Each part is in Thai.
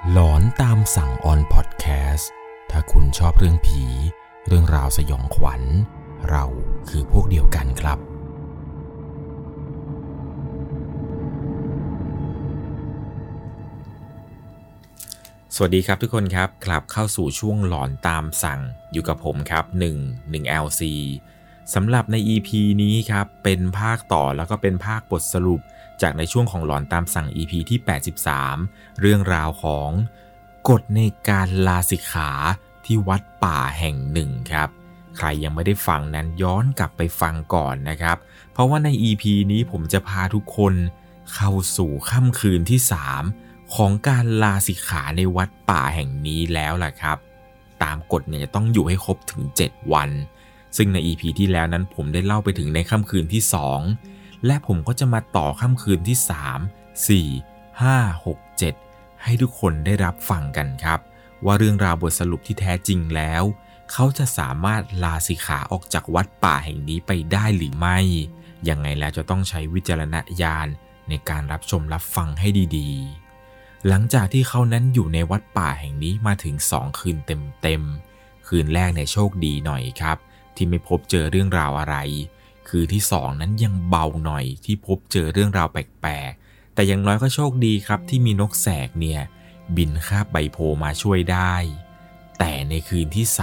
หลอนตามสั่งออนพอดแคสต์ถ้าคุณชอบเรื่องผีเรื่องราวสยองขวัญเราคือพวกเดียวกันครับสวัสดีครับทุกคนครับกลับเข้าสู่ช่วงหลอนตามสั่งอยู่กับผมครับ1 LC สำหรับใน EP นี้ครับเป็นภาคต่อแล้วก็เป็นภาคบทสรุปจากในช่วงของหลอนตามสั่ง EP ที่83เรื่องราวของกฎในการลาสิกขาที่วัดป่าแห่งหนึ่งครับใครยังไม่ได้ฟังนั้นย้อนกลับไปฟังก่อนนะครับเพราะว่าใน EP นี้ผมจะพาทุกคนเข้าสู่ค่ำคืนที่3ของการลาสิกขาในวัดป่าแห่งนี้แล้วล่ะครับตามกฎเนี่ยจะต้องอยู่ให้ครบถึง7วันซึ่งใน EP ที่แล้วนั้นผมได้เล่าไปถึงในค่ำคืนที่2และผมก็จะมาต่อค่ำคืนที่3 4 5 6 7ให้ทุกคนได้รับฟังกันครับว่าเรื่องราวบทสรุปที่แท้จริงแล้วเขาจะสามารถลาสิกขาออกจากวัดป่าแห่งนี้ไปได้หรือไม่ยังไงแล้วจะต้องใช้วิจารณญาณในการรับชมรับฟังให้ดีๆหลังจากที่เขานั้นอยู่ในวัดป่าแห่งนี้มาถึง2คืนเต็มๆคืนแรกเนี่ยโชคดีหน่อยครับที่ไม่พบเจอเรื่องราวอะไรคืนที่2นั้นยังเบาหน่อยที่พบเจอเรื่องราวแปลกๆแต่อย่างน้อยก็โชคดีครับที่มีนกแสกเนี่ยบินคาบใบโพมาช่วยได้แต่ในคืนที่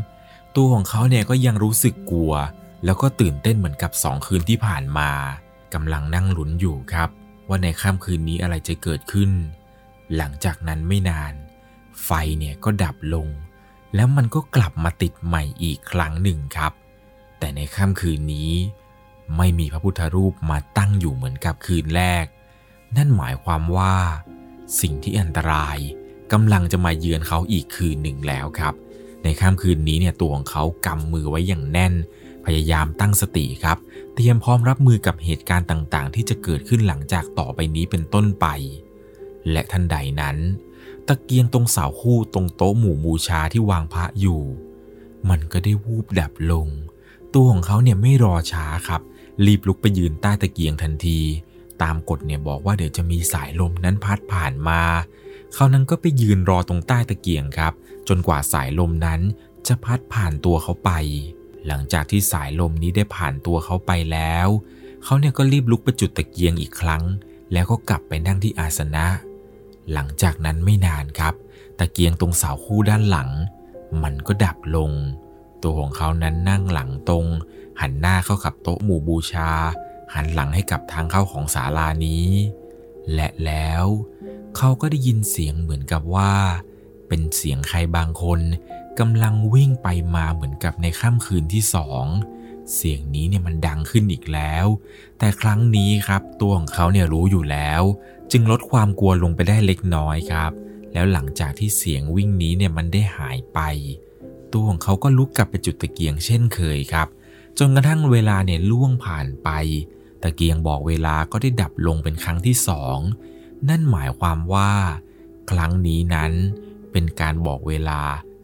3ตัวของเขาเนี่ยก็ยังรู้สึกกลัวแล้วก็ตื่นเต้นเหมือนกับ2คืนที่ผ่านมากำลังนั่งลุ้นอยู่ครับว่าในค่ำคืนนี้อะไรจะเกิดขึ้นหลังจากนั้นไม่นานไฟเนี่ยก็ดับลงแล้วมันก็กลับมาติดใหม่อีกครั้งหนึ่งครับแต่ในค่ำคืนนี้ไม่มีพระพุทธรูปมาตั้งอยู่เหมือนกับคืนแรกนั่นหมายความว่าสิ่งที่อันตรายกำลังจะมาเยือนเขาอีกคืนหนึ่งแล้วครับในค่ำคืนนี้เนี่ยตัวของเขากำมือไว้อย่างแน่นพยายามตั้งสติครับเตรียมพร้อมรับมือกับเหตุการณ์ต่างๆที่จะเกิดขึ้นหลังจากต่อไปนี้เป็นต้นไปและทันใดนั้นตะเกียงตรงเสาคู่ตรงโต๊ะหมู่บูชาที่วางพระอยู่มันก็ได้วูบดับลงตัวของเขาเนี่ยไม่รอช้าครับรีบลุกไปยืนใต้ตะเกียงทันทีตามกฎเนี่ยบอกว่าเดี๋ยวจะมีสายลมนั้นพัดผ่านมาเขานั้นก็ไปยืนรอตรงใต้ตะเกียงครับจนกว่าสายลมนั้นจะพัดผ่านตัวเขาไปหลังจากที่สายลมนี้ได้ผ่านตัวเขาไปแล้วเขาเนี่ยก็รีบลุกไปจุดตะเกียงอีกครั้งแล้วก็กลับไปนั่งที่อาสนะหลังจากนั้นไม่นานครับตะเกียงตรงเสาคู่ด้านหลังมันก็ดับลงตัวของเขานั้นนั่งหลังตรงหันหน้าเข้ากับโต๊ะหมู่บูชาหันหลังให้กับทางเข้าของศาลานี้และแล้วเขาก็ได้ยินเสียงเหมือนกับว่าเป็นเสียงใครบางคนกำลังวิ่งไปมาเหมือนกับในค่ำคืนที่2เสียงนี้เนี่ยมันดังขึ้นอีกแล้วแต่ครั้งนี้ครับตัวของเขาเนี่ยรู้อยู่แล้วจึงลดความกลัวลงไปได้เล็กน้อยครับแล้วหลังจากที่เสียงวิ่งนี้เนี่ยมันได้หายไปตัวของเขาก็ลุกกลับไปจุดตะเกียงเช่นเคยครับจนกระทั่งเวลาเนี่ยล่วงผ่านไปตะเกียงบอกเวลาก็ได้ดับลงเป็นครั้งที่2นั่นหมายความว่าครั้งนี้นั้นเป็นการบอกเวลา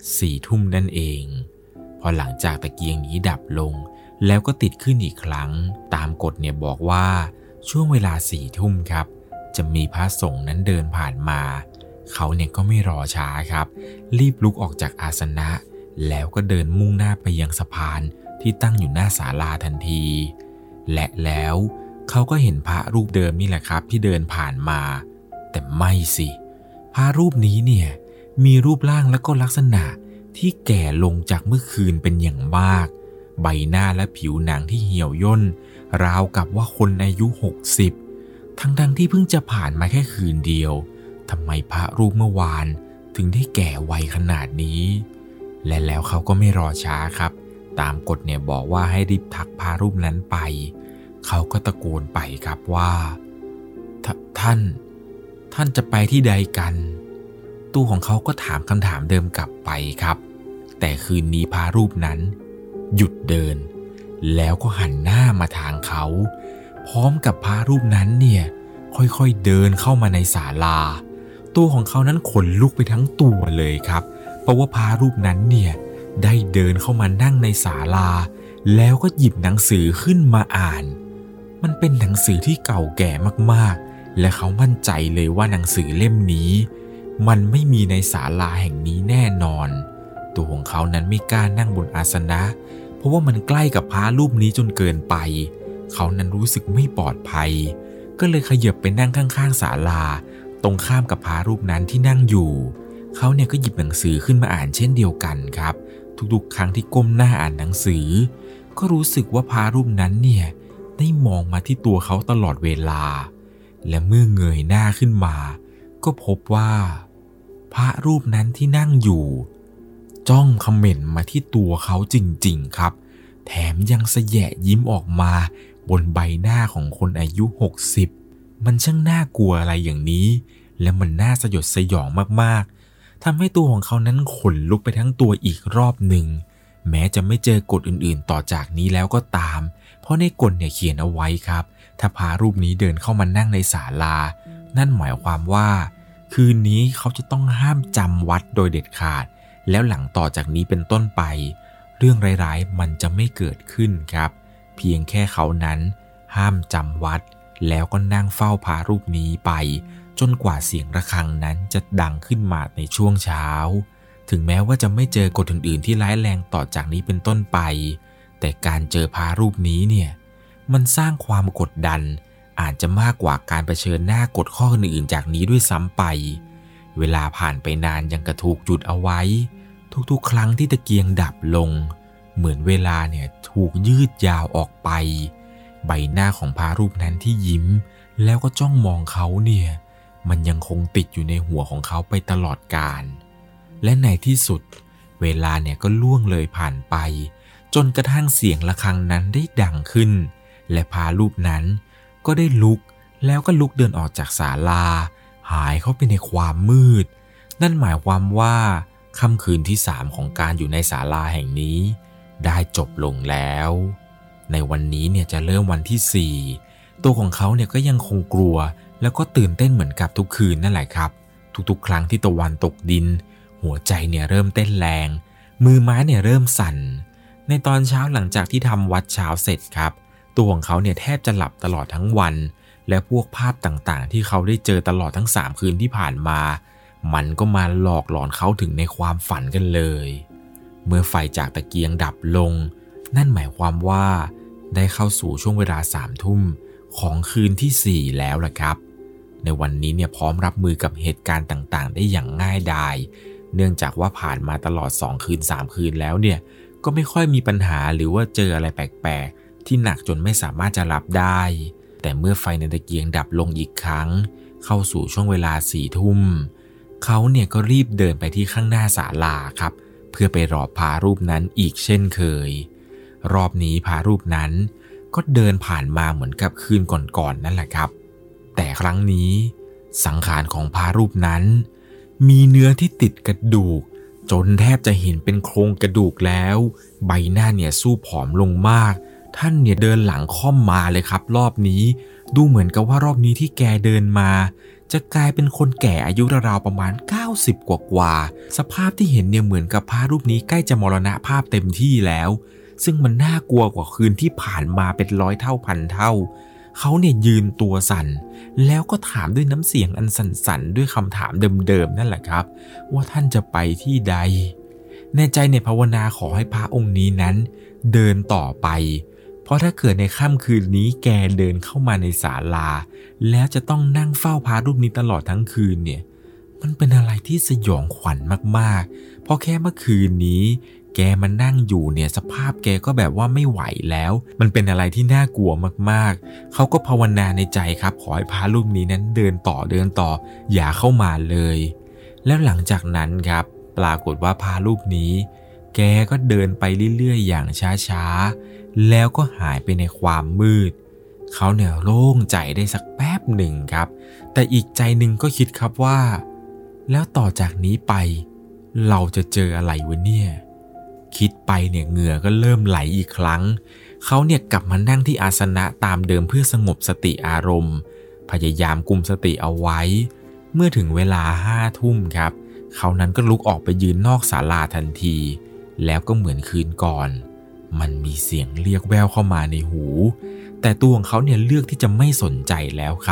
4 ทุ่มนั่นเองพอหลังจากตะเกียงนี้ดับลงแล้วก็ติดขึ้นอีกครั้งตามกฎเนี่ยบอกว่าช่วงเวลา4 ทุ่มครับจะมีพระสงฆ์นั้นเดินผ่านมาเขาเนี่ยก็ไม่รอช้าครับรีบลุกออกจากอาสนะแล้วก็เดินมุ่งหน้าไปยังสะพานที่ตั้งอยู่หน้าศาลาทันทีและแล้วเขาก็เห็นพระรูปเดิมนี่แหละครับที่เดินผ่านมาแต่ไม่สิพระรูปนี้เนี่ยมีรูปร่างและก็ลักษณะที่แก่ลงจากเมื่อคืนเป็นอย่างมากใบหน้าและผิวหนังที่เหี่ยวย่นราวกับว่าคนอายุ60ทั้งที่เพิ่งจะผ่านมาแค่คืนเดียวทำไมพระรูปเมื่อวานถึงได้แก่วัยขนาดนี้และแล้วเขาก็ไม่รอช้าครับตามกฎเนี่ยบอกว่าให้รีบทักพระรูปนั้นไปเขาก็ตะโกนไปครับว่าท่านจะไปที่ใดกันตัวของเขาก็ถามคำถามเดิมกลับไปครับแต่คืนนี้พระรูปนั้นหยุดเดินแล้วก็หันหน้ามาทางเขาพร้อมกับพระรูปนั้นเนี่ยค่อยๆเดินเข้ามาในศาลาตัวของเขานั้นขนลุกไปทั้งตัวเลยครับเพราะว่าพระรูปนั้นเนี่ยได้เดินเข้ามานั่งในศาลาแล้วก็หยิบหนังสือขึ้นมาอ่านมันเป็นหนังสือที่เก่าแก่มากๆและเขามั่นใจเลยว่าหนังสือเล่มนี้มันไม่มีในศาลาแห่งนี้แน่นอนตัวของเขานั้นไม่กล้านั่งบนอาสนะเพราะว่ามันใกล้กับพระรูปนี้จนเกินไปเขานั้นรู้สึกไม่ปลอดภัยก็เลยขยับไปนั่งข้างๆศาลาตรงข้ามกับพระรูปนั้นที่นั่งอยู่เขาเนี่ยก็หยิบหนังสือขึ้นมาอ่านเช่นเดียวกันครับทุกๆครั้งที่ก้มหน้าอ่านหนังสือก็รู้สึกว่าพระรูปนั้นเนี่ยได้มองมาที่ตัวเขาตลอดเวลาและเมื่อเงยหน้าขึ้นมาก็พบว่าพระรูปนั้นที่นั่งอยู่จ้องเขม่นมาที่ตัวเขาจริงๆครับแถมยังแสแยะยิ้มออกมาบนใบหน้าของคนอายุ60มันช่างน่ากลัวอะไรอย่างนี้และมันน่าสยดสยองมากๆทำให้ตัวของเขานั้นขนลุกไปทั้งตัวอีกรอบหนึ่งแม้จะไม่เจอกฎอื่นๆต่อจากนี้แล้วก็ตามเพราะในกฎเนี่ยเขียนเอาไว้ครับถ้าพระรูปนี้เดินเข้ามานั่งในศาลานั่นหมายความว่าคืนนี้เขาจะต้องห้ามจำวัดโดยเด็ดขาดแล้วหลังต่อจากนี้เป็นต้นไปเรื่องร้ายๆมันจะไม่เกิดขึ้นครับเพียงแค่เขานั้นห้ามจำวัดแล้วก็นั่งเฝ้าพระรูปนี้ไปจนกว่าเสียงระฆังนั้นจะดังขึ้นมาในช่วงเช้าถึงแม้ว่าจะไม่เจอกฎอื่นๆที่ร้ายแรงต่อจากนี้เป็นต้นไปแต่การเจอพระรูปนี้เนี่ยมันสร้างความกดดันอาจจะมากกว่าการเผชิญหน้ากฎข้ออื่นๆจากนี้ด้วยซ้ำไปเวลาผ่านไปนานยังกระถูกจุดเอาไว้ทุกๆครั้งที่ตะเกียงดับลงเหมือนเวลาเนี่ยถูกยืดยาวออกไปใบหน้าของพระรูปนั้นที่ยิ้มแล้วก็จ้องมองเขาเนี่ยมันยังคงติดอยู่ในหัวของเขาไปตลอดกาลและในที่สุดเวลาเนี่ยก็ล่วงเลยผ่านไปจนกระทั่งเสียงระฆังนั้นได้ดังขึ้นและพระรูปนั้นก็ได้ลุกแล้วก็ลุกเดินออกจากศาลาหายเข้าไปในความมืดนั่นหมายความว่าค่ำคืนที่3ของการอยู่ในศาลาแห่งนี้ได้จบลงแล้วในวันนี้เนี่ยจะเริ่มวันที่4ตัวของเขาเนี่ยก็ยังคงกลัวแล้วก็ตื่นเต้นเหมือนกับทุกคืนนั่นแหละครับทุกๆครั้งที่ตะวันตกดินหัวใจเนี่ยเริ่มเต้นแรงมือไม้เนี่ยเริ่มสั่นในตอนเช้าหลังจากที่ทำวัดเช้าเสร็จครับตัวของเขาเนี่ยแทบจะหลับตลอดทั้งวันและพวกภาพต่างๆที่เขาได้เจอตลอดทั้ง3คืนที่ผ่านมามันก็มาหลอกหลอนเขาถึงในความฝันกันเลยเมื่อไฟจากตะเกียงดับลงนั่นหมายความว่าได้เข้าสู่ช่วงเวลา3 ทุ่มของคืนที่4แล้วล่ะครับในวันนี้เนี่ยพร้อมรับมือกับเหตุการณ์ต่างๆได้อย่างง่ายดายเนื่องจากว่าผ่านมาตลอด2คืน3คืนแล้วเนี่ยก็ไม่ค่อยมีปัญหาหรือว่าเจออะไรแปลกๆที่หนักจนไม่สามารถจะรับได้แต่เมื่อไฟในตะเกียงดับลงอีกครั้งเข้าสู่ช่วงเวลา4 ทุ่มเขาเนี่ยก็รีบเดินไปที่ข้างหน้าศาลาครับเพื่อไปรอพระรูปนั้นอีกเช่นเคยรอบนี้พระรูปนั้นก็เดินผ่านมาเหมือนกับคืนก่อนๆนั่นแหละครับแต่ครั้งนี้สังขารของพระรูปนั้นมีเนื้อที่ติดกระดูกจนแทบจะเห็นเป็นโครงกระดูกแล้วใบหน้าเนี่ยสู้ผอมลงมากท่านเนี่ยเดินหลังค่อมมาเลยครับรอบนี้ดูเหมือนกับว่ารอบนี้ที่แกเดินมาจะกลายเป็นคนแก่อายุราวๆประมาณ90กว่าสภาพที่เห็นเนี่ยเหมือนกับพระรูปนี้ใกล้จะมรณภาพเต็มที่แล้วซึ่งมันน่ากลัวกว่าคืนที่ผ่านมาเป็น100 เท่าพันเท่าเขาเนี่ยยืนตัวสั่นแล้วก็ถามด้วยน้ำเสียงอันสั่นๆด้วยคำถามเดิมๆนั่นแหละครับว่าท่านจะไปที่ใดในใจเนี่ยภาวนาขอให้พระองค์นี้นั้นเดินต่อไปเพราะถ้าเกิดในค่ำคืนนี้แกเดินเข้ามาในศาลาแล้วจะต้องนั่งเฝ้าพระรูปนี้ตลอดทั้งคืนเนี่ยมันเป็นอะไรที่สยองขวัญมากๆเพราะแค่เมื่อคืนนี้แกมานั่งอยู่เนี่ยสภาพแกก็แบบว่าไม่ไหวแล้วมันเป็นอะไรที่น่ากลัวมากๆเขาก็ภาวนาในใจครับขอให้พระรูปนี้นั้นเดินต่ออย่าเข้ามาเลยแล้วหลังจากนั้นครับปรากฏว่าพระรูปนี้แกก็เดินไปเรื่อยๆอย่างช้าๆแล้วก็หายไปในความมืดเขาเนี่ยโล่งใจได้สักแป๊บหนึ่งครับแต่อีกใจหนึ่งก็คิดครับว่าแล้วต่อจากนี้ไปเราจะเจออะไรวะเนี่ยคิดไปเนี่ยเหงื่อก็เริ่มไหลอีกครั้งเขาเนี่ยกลับมานั่งที่อาสนะตามเดิมเพื่อสงบสติอารมณ์พยายามกุมสติเอาไว้เมื่อถึงเวลา5 ทุ่มครับเขานั้นก็ลุกออกไปยืนนอกศาลาทันทีแล้วก็เหมือนคืนก่อนมันมีเสียงเรียกแว่วเข้ามาในหูแต่ตัวของเขาเนี่ยเลือกที่จะไม่สนใจแล้วครับ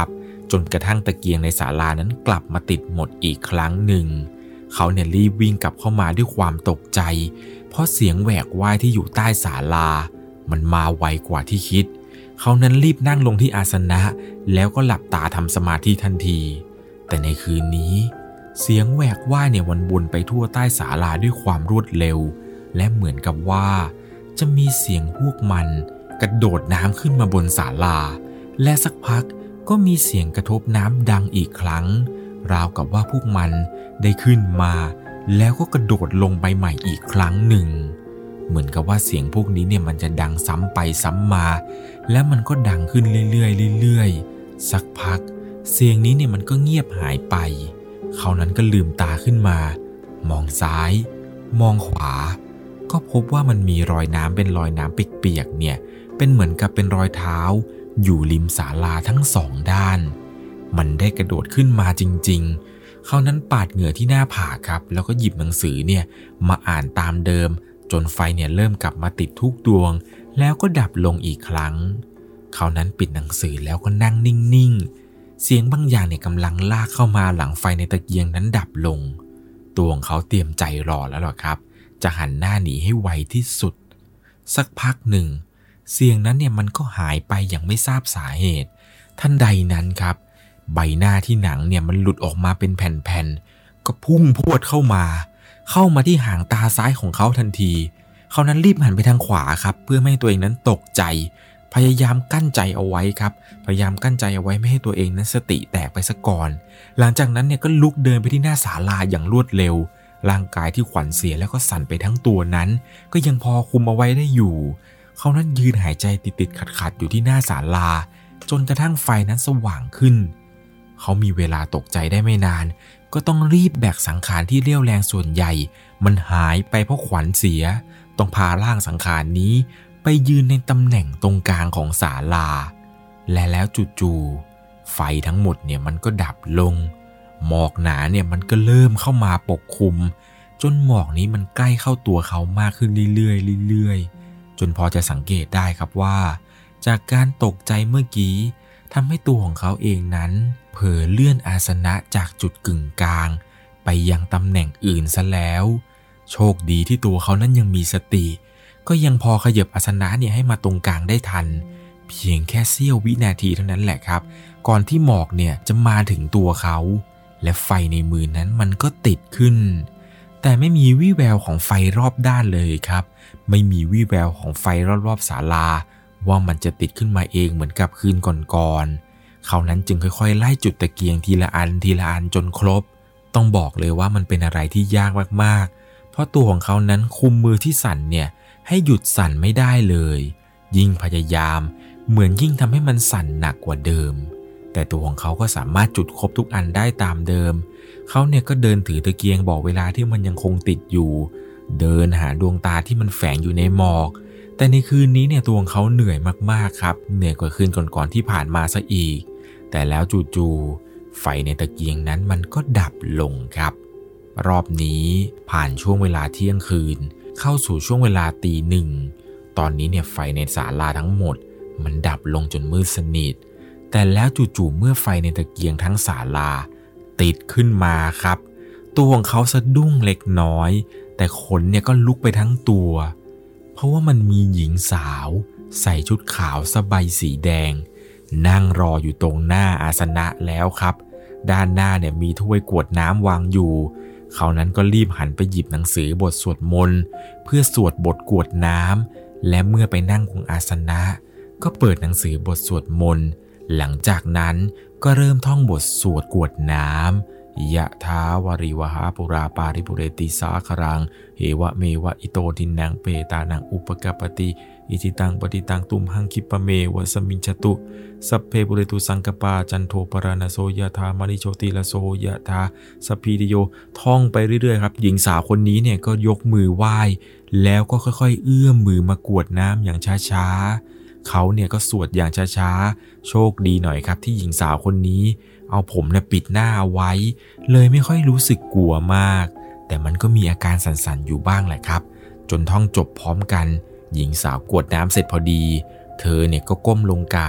จนกระทั่งตะเกียงในศาลานั้นกลับมาติดหมดอีกครั้งหนึ่งเขาเนี่ยรีบวิ่งกลับเข้ามาด้วยความตกใจเพราะเสียงแหวกว่ายที่อยู่ใต้ศาลามันมาไวกว่าที่คิดเขานั้นรีบนั่งลงที่อาสนะแล้วก็หลับตาทำสมาธิทันทีแต่ในคืนนี้เสียงแหวกว่ายเนี่ยวนไปทั่วใต้ศาลาด้วยความรวดเร็วและเหมือนกับว่าจะมีเสียงพวกมันกระโดดน้ำขึ้นมาบนศาลาและสักพักก็มีเสียงกระทบน้ำดังอีกครั้งราวกับว่าพวกมันได้ขึ้นมาแล้วก็กระโดดลงไปใหม่อีกครั้งหนึ่งเหมือนกับว่าเสียงพวกนี้เนี่ยมันจะดังซ้ำไปซ้ำมาและมันก็ดังขึ้นเรื่อยๆสักพักเสียงนี้เนี่ยมันก็เงียบหายไปเขานั้นก็ลืมตาขึ้นมามองซ้ายมองขวาก็พบว่ามันมีรอยน้ำเป็นรอยน้ำเปียกๆเนี่ยเป็นเหมือนกับเป็นรอยเท้าอยู่ริมศาลาทั้งสองด้านมันได้กระโดดขึ้นมาจริงๆเขานั้นปาดเหงื่อที่หน้าผากครับแล้วก็หยิบหนังสือเนี่ยมาอ่านตามเดิมจนไฟเนี่ยเริ่มกลับมาติดทุกดวงแล้วก็ดับลงอีกครั้งเขานั้นปิดหนังสือแล้วก็นั่งนิ่งๆเสียงบางอย่างเนี่ยกำลังลากเข้ามาหลังไฟในตะเกียงนั้นดับลงตัวของเขาเตรียมใจรอแล้วหรอครับจะหันหน้าหนีให้ไวที่สุดสักพักหนึ่งเสียงนั้นเนี่ยมันก็หายไปอย่างไม่ทราบสาเหตุทันใดนั้นครับใบหน้าที่หนังเนี่ยมันหลุดออกมาเป็นแผ่นๆก็พุ่งพรวดเข้ามาที่หางตาซ้ายของเขาทันทีเขานั้นรีบหันไปทางขวาครับเพื่อไม่ให้ตัวเองนั้นตกใจพยายามกั้นใจเอาไว้ครับพยายามกั้นใจเอาไว้ไม่ให้ตัวเองนั้นสติแตกไปซะก่อนหลังจากนั้นเนี่ยก็ลุกเดินไปที่หน้าศาลาอย่างรวดเร็วร่างกายที่ขวัญเสียแล้วก็สั่นไปทั้งตัวนั้นก็ยังพอคุมเอาไว้ได้อยู่เขานั้นยืนหายใจติดๆขัดๆอยู่ที่หน้าศาลาจนกระทั่งไฟนั้นสว่างขึ้นเขามีเวลาตกใจได้ไม่นานก็ต้องรีบแบกสังขารที่เรี่ยวแรงส่วนใหญ่มันหายไปเพราะขวัญเสียต้องพาร่างสังขารนี้ไปยืนในตำแหน่งตรงกลางของศาลาและแล้วจู่ๆไฟทั้งหมดเนี่ยมันก็ดับลงหมอกหนาเนี่ยมันก็เริ่มเข้ามาปกคลุมจนหมอกนี้มันใกล้เข้าตัวเขามากขึ้นเรื่อยๆจนพอจะสังเกตได้ครับว่าจากการตกใจเมื่อกี้ทำให้ตัวของเขาเองนั้นเผลอเลื่อนอาสนะจากจุดกึ่งกลางไปยังตำแหน่งอื่นซะแล้วโชคดีที่ตัวเขานั้นยังมีสติก็ยังพอขยับอาสนะเนี่ยให้มาตรงกลางได้ทันเพียงแค่เสี้ยววินาทีเท่านั้นแหละครับก่อนที่หมอกเนี่ยจะมาถึงตัวเขาและไฟในมือนั้นมันก็ติดขึ้นแต่ไม่มีวี่แววของไฟรอบด้านเลยครับไม่มีวี่แววของไฟรอบๆศาลาว่ามันจะติดขึ้นมาเองเหมือนกับคืนก่อนๆเขานั้นจึงค่อยๆไล่จุดตะเกียงทีละอันจนครบต้องบอกเลยว่ามันเป็นอะไรที่ยากมากๆเพราะตัวของเขานั้นคุมมือที่สั่นเนี่ยให้หยุดสั่นไม่ได้เลยยิ่งพยายามเหมือนยิ่งทำให้มันสั่นหนักกว่าเดิมแต่ตัวของเขาก็สามารถจุดครบทุกอันได้ตามเดิมเขาเนี่ยก็เดินถือตะเกียงบอกเวลาที่มันยังคงติดอยู่เดินหาดวงตาที่มันแฝงอยู่ในหมอกแต่ในคืนนี้เนี่ยตัวของเขาเหนื่อยมากๆครับเหนื่อยกว่าคืนก่อนๆที่ผ่านมาซะอีกแต่แล้วจู่ๆไฟในตะเกียงนั้นมันก็ดับลงครับรอบนี้ผ่านช่วงเวลาเที่ยงคืนเข้าสู่ช่วงเวลาตีหนึ่งตอนนี้เนี่ยไฟในศาลาทั้งหมดมันดับลงจนมืดสนิทแต่แล้วจู่ๆเมื่อไฟในตะเกียงทั้งศาลาติดขึ้นมาครับตัวของเขาสะดุ้งเล็กน้อยแต่ขนเนี่ยก็ลุกไปทั้งตัวเพราะว่ามันมีหญิงสาวใส่ชุดขาวสบายสีแดงนั่งรออยู่ตรงหน้าอาสนะแล้วครับด้านหน้าเนี่ยมีถ้วยกรวดน้ำวางอยู่เขานั้นก็รีบหันไปหยิบหนังสือบทสวดมนต์เพื่อสวดบทกรวดน้ำและเมื่อไปนั่งคงอาสนะก็เปิดหนังสือบทสวดมนต์หลังจากนั้นก็เริ่มท่องบทสวดกรวดน้ำยะถาวริวหาปุราปาริปุเรติสาครังเหวะเมวะอิโตทินังเปตานังอุปกปปติอิทิตังปฏิตังตุมหังคิปะเมวะสมิงชตุสัพเพปุเรตุสังกปาจันโทปราณโสยะถามณิโชติละโสยะถาสัพพิติโยท่องไปเรื่อยๆครับหญิงสาวคนนี้เนี่ยก็ยกมือไหว้แล้วก็ค่อยๆเอื้อมมือมากรวดน้ำอย่างช้าๆเขาเนี่ยก็สวดอย่างช้าๆโชคดีหน่อยครับที่หญิงสาวคนนี้เอาผมเนี่ยปิดหน้าเอาไว้เลยไม่ค่อยรู้สึกกลัวมากแต่มันก็มีอาการสั่นๆอยู่บ้างแหละครับจนท่องจบพร้อมกันหญิงสาวกรวดน้ำเสร็จพอดีเธอเนี่ยก็ก้มลงกราบ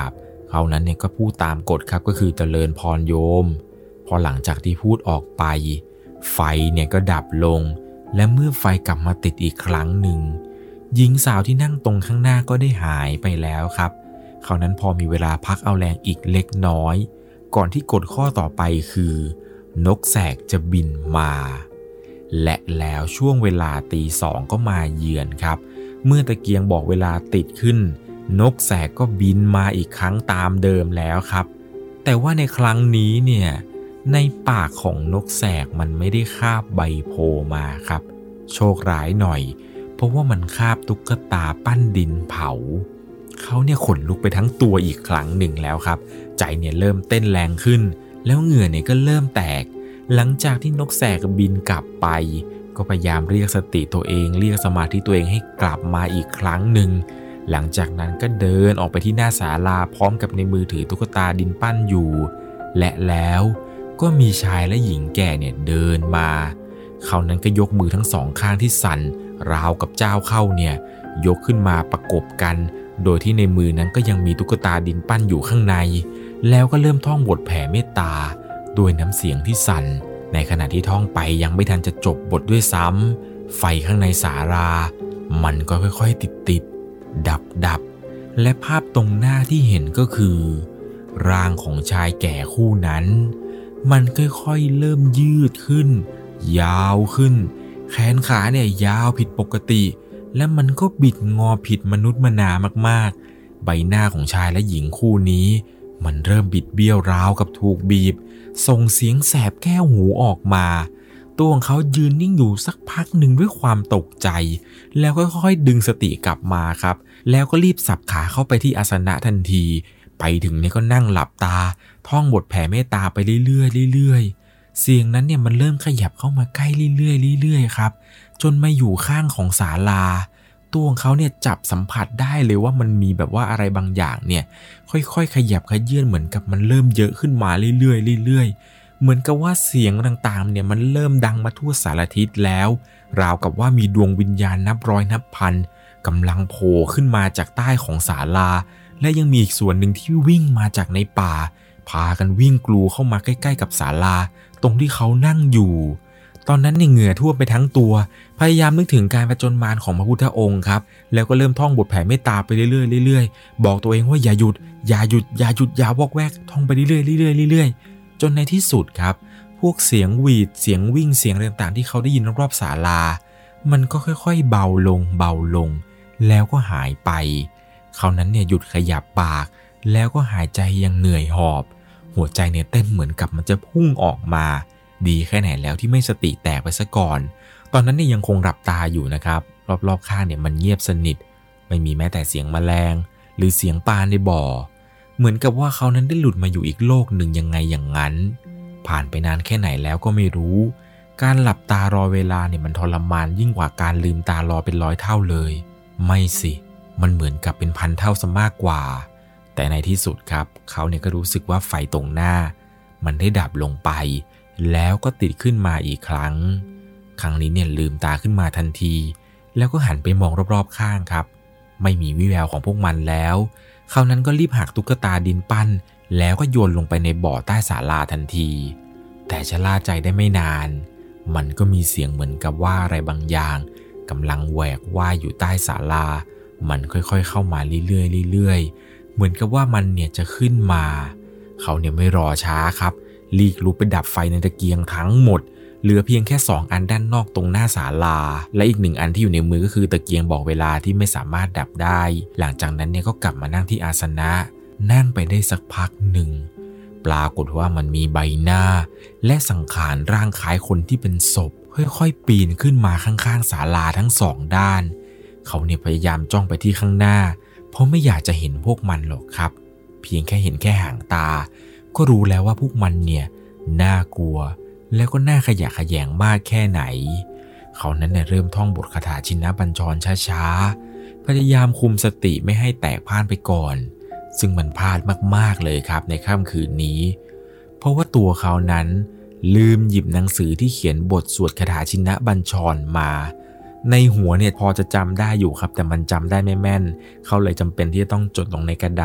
เขานั้นเนี่ยก็พูดตามกฎครับก็คือเจริญพรโยมพอหลังจากที่พูดออกไปไฟเนี่ยก็ดับลงและเมื่อไฟกลับมาติดอีกครั้งหนึ่งหญิงสาวที่นั่งตรงข้างหน้าก็ได้หายไปแล้วครับเขานั้นพอมีเวลาพักเอาแรงอีกเล็กน้อยก่อนที่กฎข้อต่อไปคือนกแสกจะบินมาและแล้วช่วงเวลาตี 2ก็มาเยือนครับเมื่อตะเกียงบอกเวลาติดขึ้นนกแสกก็บินมาอีกครั้งตามเดิมแล้วครับแต่ว่าในครั้งนี้เนี่ยในปากของนกแสกมันไม่ได้คาบใบโพมาครับโชคร้ายหน่อยเพราะว่ามันคาบตุ๊กตาปั้นดินเผาเขาเนี่ยขนลุกไปทั้งตัวอีกครั้งหนึ่งแล้วครับใจเนี่ยเริ่มเต้นแรงขึ้นแล้วเหงื่อเนี่ยก็เริ่มแตกหลังจากที่นกแสกบินกลับไปก็พยายามเรียกสติตัวเองเรียกสมาธิตัวเองให้กลับมาอีกครั้งหนึ่งหลังจากนั้นก็เดินออกไปที่หน้าศาลาพร้อมกับในมือถือตุ๊กตาดินปั้นอยู่และแล้วก็มีชายและหญิงแก่เนี่ยเดินมาเขานั้นก็ยกมือทั้งสองข้างที่สั่นราวกับเจ้าเข้าเนี่ยยกขึ้นมาประกบกันโดยที่ในมือนั้นก็ยังมีตุ๊กตาดินปั้นอยู่ข้างในแล้วก็เริ่มท่องบทแผ่เมตตาด้วยน้ำเสียงที่สั่นในขณะที่ท่องไปยังไม่ทันจะจบบทด้วยซ้ำไฟข้างในศาลามันก็ค่อยๆติดดับและภาพตรงหน้าที่เห็นก็คือร่างของชายแก่คู่นั้นมันค่อยๆเริ่มยืดขึ้นยาวขึ้นแขนขาเนี่ยยาวผิดปกติและมันก็บิดงอผิดมนุษย์มนามากๆใบหน้าของชายและหญิงคู่นี้มันเริ่มบิดเบี้ยวราวกับถูกบีบส่งเสียงแสบแก้วหูออกมาตัวของเขายืนนิ่งอยู่สักพักหนึ่งด้วยความตกใจแล้วก็ค่อยๆดึงสติกลับมาครับแล้วก็รีบสับขาเข้าไปที่อาสนะทันทีไปถึงเนี่ยก็นั่งหลับตาท่องบทแผ่เมตตาไปเรื่อยๆเสียงนั้นเนี่ยมันเริ่มขยับเข้ามาใกล้เรื่อยๆครับจนมาอยู่ข้างของศาลาตัวของเขาเนี่ยจับสัมผัสได้เลยว่ามันมีแบบว่าอะไรบางอย่างเนี่ยค่อยๆขยับขยื่นเหมือนกับมันเริ่มเยอะขึ้นมาเรื่อยๆเหมือนกับว่าเสียงต่างๆเนี่ยมันเริ่มดังมาทั่วสารทิศแล้วราวกับว่ามีดวงวิญญาณนับร้อยนับพันกำลังโผล่ขึ้นมาจากใต้ของศาลาและยังมีอีกส่วนหนึ่งที่วิ่งมาจากในป่าพากันวิ่งกลูเข้ามาใกล้ๆกับศาลาตรงที่เขานั่งอยู่ตอนนั้นเนี่ยเหงื่อท่วมไปทั้งตัวพยายามนึกถึงการผจญมารของพระพุทธองค์ครับแล้วก็เริ่มท่องบทแผ่เมตตาไปเรื่อยๆบอกตัวเองว่าอย่าหยุดอย่าวอกแวกท่องไปเรื่อยๆจนในที่สุดครับพวกเสียงหวีดเสียงวิ่งเสียงต่างๆที่เขาได้ยินรอบๆศาลามันก็ค่อยๆเบาลงแล้วก็หายไปเขานั้นเนี่ยหยุดขยับปากแล้วก็หายใจอย่างเหนื่อยหอบหัวใจเนี่ยเต้นเหมือนกับมันจะพุ่งออกมาดีแค่ไหนแล้วที่ไม่สติแตกไปซะก่อนตอนนั้นเนี่ยยังคงหลับตาอยู่นะครับรอบๆข้างเนี่ยมันเงียบสนิทไม่มีแม้แต่เสียงแมลงหรือเสียงปลาในบ่อเหมือนกับว่าเขานั้นได้หลุดมาอยู่อีกโลกหนึ่งยังไงอย่างนั้นผ่านไปนานแค่ไหนแล้วก็ไม่รู้การหลับตารอเวลาเนี่ยมันทรมานยิ่งกว่าการลืมตารอเป็น100 เท่าเลยไม่สิมันเหมือนกับเป็นพันเท่าซะมากกว่าแต่ในที่สุดครับเขาเนี่ยก็รู้สึกว่าไฟตรงหน้ามันได้ดับลงไปแล้วก็ติดขึ้นมาอีกครั้งนี้เนี่ยลืมตาขึ้นมาทันทีแล้วก็หันไปมองรอบๆข้างครับไม่มีวี่แววของพวกมันแล้วเขานั้นก็รีบหักตุ๊กตาดินปั้นแล้วก็โยนลงไปในบ่อใต้ศาลาทันทีแต่ชะล่าใจได้ไม่นานมันก็มีเสียงเหมือนกับว่าอะไรบางอย่างกำลังแหวกว่ายอยู่ใต้ศาลามันค่อยๆเข้ามาเรื่อยๆเหมือนกับว่ามันเนี่ยจะขึ้นมาเขาเนี่ยไม่รอช้าครับรีบลุกไปดับไฟในตะเกียงทั้งหมดเหลือเพียงแค่2 อันด้านนอกตรงหน้าศาลาและอีก1 อันที่อยู่ในมือก็คือตะเกียงบอกเวลาที่ไม่สามารถดับได้หลังจากนั้นเนี่ยก็กลับมานั่งที่อาสนะนั่งไปได้สักพักหนึ่งปรากฏว่ามันมีใบหน้าและสังขารร่างคล้ายคนที่เป็นศพค่อยๆปีนขึ้นมาข้างๆศาลาทั้ง2 ด้านเขาเนี่ยพยายามจ้องไปที่ข้างหน้าเพราะไม่อยากจะเห็นพวกมันหรอกครับเพียงแค่เห็นแค่หางตาก็รู้แล้วว่าพวกมันเนี่ยน่ากลัวแล้วก็น่าขยะแขยงมากแค่ไหนเขานั้นเริ่มท่องบทคาถาชินบัญชรช้าๆพยายามคุมสติไม่ให้แตกพ่านไปก่อนซึ่งมันพลาดมากๆเลยครับในค่ำคืนนี้เพราะว่าตัวเขานั้นลืมหยิบหนังสือที่เขียนบทสวดคาถาชินบัญชรมาในหัวเนี่ยพอจะจำได้อยู่ครับแต่มันจำได้ไม่แม่นเขาเลยจำเป็นที่จะต้องจดลงในกระดาษ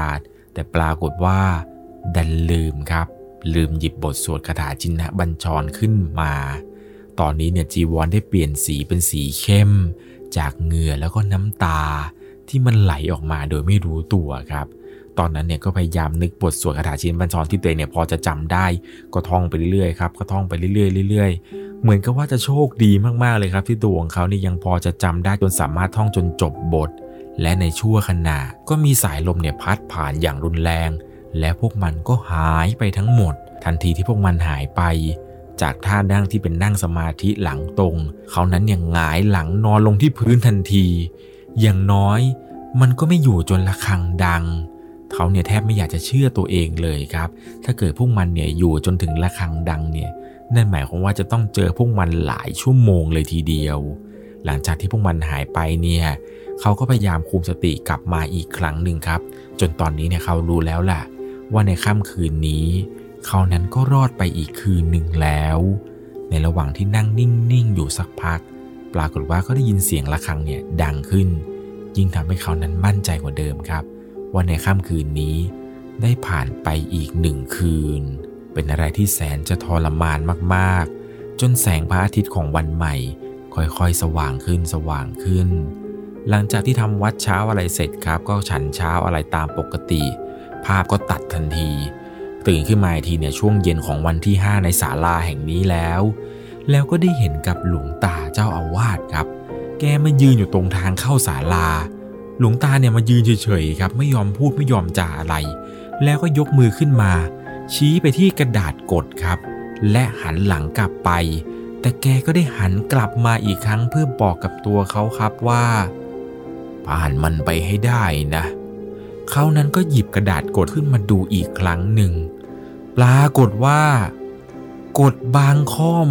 แต่ปรากฏว่าดันลืมครับลืมหยิบบทสวดคาถาจินบัญชรขึ้นมาตอนนี้เนี่ยจีวรได้เปลี่ยนสีเป็นสีเข้มจากเหงื่อแล้วก็น้ำตาที่มันไหลออกมาโดยไม่รู้ตัวครับตอนนั้นเนี่ยก็พยายามนึกบทสวดคาถาจินบัญชรที่ตัวเองเนี่ยพอจะจำได้ก็ท่องไปเรื่อยๆครับก็ท่องไปเรื่อยๆเหมือนกับว่าจะโชคดีมากๆเลยครับที่ตัวของเขาเนี่ยยังพอจะจำได้จนสามารถท่องจนจบบทและในชั่วขณะก็มีสายลมเนี่ยพัดผ่านอย่างรุนแรงและพวกมันก็หายไปทั้งหมดทันทีที่พวกมันหายไปจากท่านั่งที่เป็นนั่งสมาธิหลังตรงเขานั้นยังหงายหลังนอนลงที่พื้นทันทีอย่างน้อยมันก็ไม่อยู่จนระฆังดังเขาเนี่ยแทบไม่อยากจะเชื่อตัวเองเลยครับถ้าเกิดพวกมันเนี่ยอยู่จนถึงระฆังดังเนี่ยนั่นหมายความว่าจะต้องเจอพวกมันหลายชั่วโมงเลยทีเดียวหลังจากที่พวกมันหายไปเนี่ยเขาก็พยายามคุมสติกลับมาอีกครั้งหนึ่งครับจนตอนนี้เนี่ยเขารู้แล้วล่ะว่าในค่ำคืนนี้เขานั้นก็รอดไปอีกคืนหนึ่งแล้วในระหว่างที่นั่งนิ่งๆอยู่สักพักปรากฏว่าก็ได้ยินเสียงระฆังเนี่ยดังขึ้นยิ่งทำให้เขานั้นมั่นใจกว่าเดิมครับว่าในค่ำคืนนี้ได้ผ่านไปอีก1 คืนเป็นอะไรที่แสนจะทรมานมากๆจนแสงพระอาทิตย์ของวันใหม่ค่อยๆสว่างขึ้นหลังจากที่ทำวัดเช้าอะไรเสร็จครับก็ฉันเช้าอะไรตามปกติภาพก็ตัดทันทีตื่นขึ้นมาทีเนี่ยช่วงเย็นของวันที่5ในศาลาแห่งนี้แล้วก็ได้เห็นกับหลวงตาเจ้าอาวาสครับแกมายืนอยู่ตรงทางเข้าศาลาหลวงตาเนี่ยมายืนเฉยๆครับไม่ยอมพูดไม่ยอมจาอะไรแล้วก็ยกมือขึ้นมาชี้ไปที่กระดาษกดครับและหันหลังกลับไปแต่แกก็ได้หันกลับมาอีกครั้งเพื่อบอกกับตัวเขาครับว่าผ่านมันไปให้ได้นะเขานั้นก็หยิบกระดาษกดขึ้นมาดูอีกครั้งหนึ่งปรากฏว่ากฎบางข้อ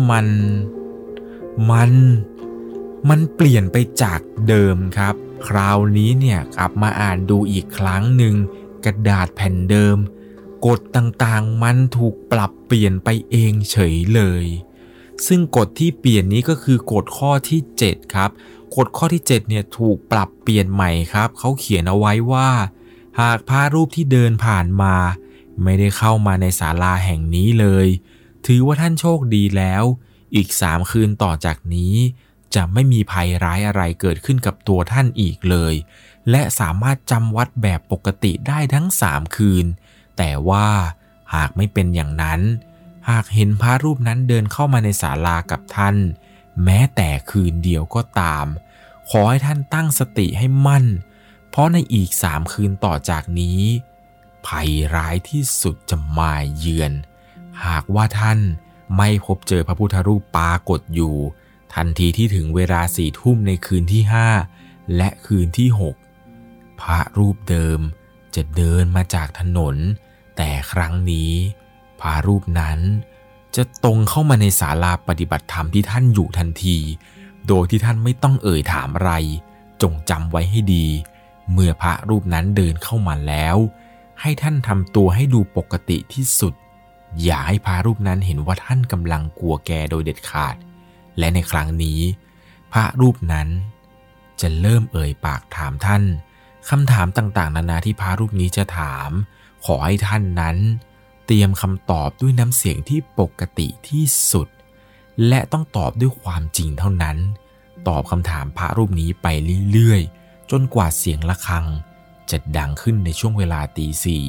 มันเปลี่ยนไปจากเดิมครับคราวนี้เนี่ยกลับมาอ่านดูอีกครั้งหนึ่งกระดาษแผ่นเดิมกฎต่างๆมันถูกปรับเปลี่ยนไปเองเฉยเลยซึ่งกฎที่เปลี่ยนนี้ก็คือกฎข้อที่7ครับกฎข้อที่7เนี่ยถูกปรับเปลี่ยนใหม่ครับเขาเขียนเอาไว้ว่าหากพระรูปที่เดินผ่านมาไม่ได้เข้ามาในศาลาแห่งนี้เลยถือว่าท่านโชคดีแล้วอีก3 คืนต่อจากนี้จะไม่มีภัยร้ายอะไรเกิดขึ้นกับตัวท่านอีกเลยและสามารถจำวัดแบบปกติได้ทั้ง3 คืนแต่ว่าหากไม่เป็นอย่างนั้นหากเห็นพระรูปนั้นเดินเข้ามาในศาลากับท่านแม้แต่คืนเดียวก็ตามขอให้ท่านตั้งสติให้มั่นเพราะในอีก3 คืนต่อจากนี้ภัยร้ายที่สุดจะมาเยือนหากว่าท่านไม่พบเจอพระพุทธรูปปรากฏอยู่ทันทีที่ถึงเวลา4 ทุ่มในคืนที่5และคืนที่6พระรูปเดิมจะเดินมาจากถนนแต่ครั้งนี้พระรูปนั้นจะตรงเข้ามาในศาลาปฏิบัติธรรมที่ท่านอยู่ทันทีโดยที่ท่านไม่ต้องเอ่ยถามอะไรจงจำไว้ให้ดีเมื่อพระรูปนั้นเดินเข้ามาแล้วให้ท่านทำตัวให้ดูปกติที่สุดอย่าให้พระรูปนั้นเห็นว่าท่านกำลังกลัวแกโดยเด็ดขาดและในครั้งนี้พระรูปนั้นจะเริ่มเอ่ยปากถามท่านคำถามต่างๆนานาที่พระรูปนี้จะถามขอให้ท่านนั้นเตรียมคำตอบด้วยน้ำเสียงที่ปกติที่สุดและต้องตอบด้วยความจริงเท่านั้นตอบคำถามพระรูปนี้ไปเรื่อยๆจนกว่าเสียงระฆังจะดังขึ้นในช่วงเวลาตี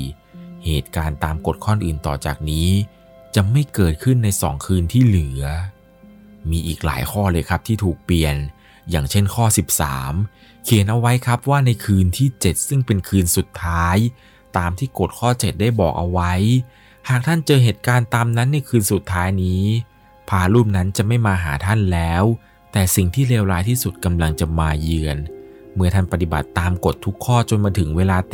4เหตุการณ์ตามกฎข้ออื่นต่อจากนี้จะไม่เกิดขึ้นใน2 คืนที่เหลือมีอีกหลายข้อเลยครับที่ถูกเปลี่ยนอย่างเช่นข้อ13เขียนเอาไว้ครับว่าในคืนที่7ซึ่งเป็นคืนสุดท้ายตามที่กฎข้อ7ได้บอกเอาไว้หากท่านเจอเหตุการณ์ตามนั้นในคืนสุดท้ายนี้พระรูปนั้นจะไม่มาหาท่านแล้วแต่สิ่งที่เลวร้ายที่สุดกำลังจะมาเยือนเมื่อท่านปฏิบัติตามกฎทุกข้อจนมาถึงเวลาตี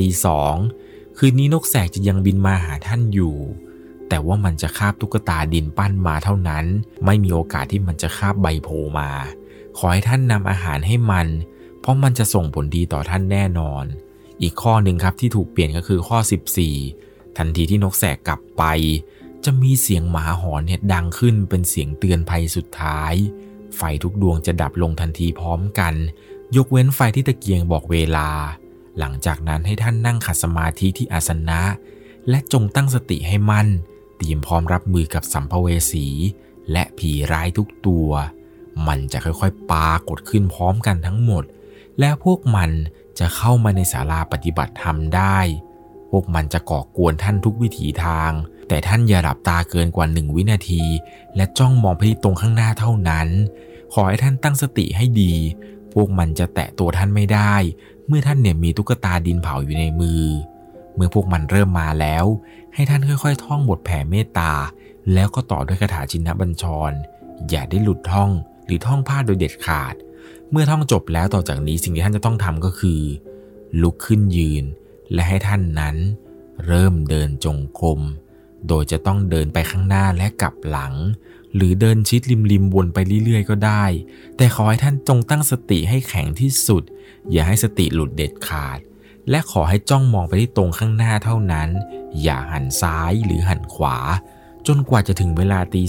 2คืนนี้นกแสกจะยังบินมาหาท่านอยู่แต่ว่ามันจะคาบตุ๊กตาดินปั้นมาเท่านั้นไม่มีโอกาสที่มันจะคาบใบโพมาขอให้ท่านนำอาหารให้มันเพราะมันจะส่งผลดีต่อท่านแน่นอนอีกข้อหนึ่งครับที่ถูกเปลี่ยนก็คือข้อ14ทันทีที่นกแสกกลับไปจะมีเสียงหมาหอนเนี่ยดังขึ้นเป็นเสียงเตือนภัยสุดท้ายไฟทุกดวงจะดับลงทันทีพร้อมกันยกเว้นไฟที่ตะเกียงบอกเวลาหลังจากนั้นให้ท่านนั่งขัดสมาธิที่อาสนะและจงตั้งสติให้มั่นเตรียมพร้อมรับมือกับสัมภเวสีและผีร้ายทุกตัวมันจะค่อยๆปรากฏขึ้นพร้อมกันทั้งหมดและพวกมันจะเข้ามาในศาลาปฏิบัติธรรมได้พวกมันจะก่อกวนท่านทุกวิถีทางแต่ท่านอย่าหลับตาเกินกว่า1 วินาทีและจ้องมองไปที่ตรงข้างหน้าเท่านั้นขอให้ท่านตั้งสติให้ดีพวกมันจะแตะตัวท่านไม่ได้เมื่อท่านมีตุ๊กตาดินเผาอยู่ในมือเมื่อพวกมันเริ่มมาแล้วให้ท่านค่อยๆท่องบทแผ่เมตตาแล้วก็ต่อด้วยคาถาชินบัญชรอย่าได้หลุดท่องหรือท่องพลาดโดยเด็ดขาดเมื่อท่องจบแล้วต่อจากนี้สิ่งที่ท่านจะต้องทำก็คือลุกขึ้นยืนและให้ท่านนั้นเริ่มเดินจงกรมโดยจะต้องเดินไปข้างหน้าและกลับหลังหรือเดินชิดริมวนไปเรื่อยๆก็ได้แต่ขอให้ท่านจงตั้งสติให้แข็งที่สุดอย่าให้สติหลุดเด็ดขาดและขอให้จ้องมองไปที่ตรงข้างหน้าเท่านั้นอย่าหันซ้ายหรือหันขวาจนกว่าจะถึงเวลาตี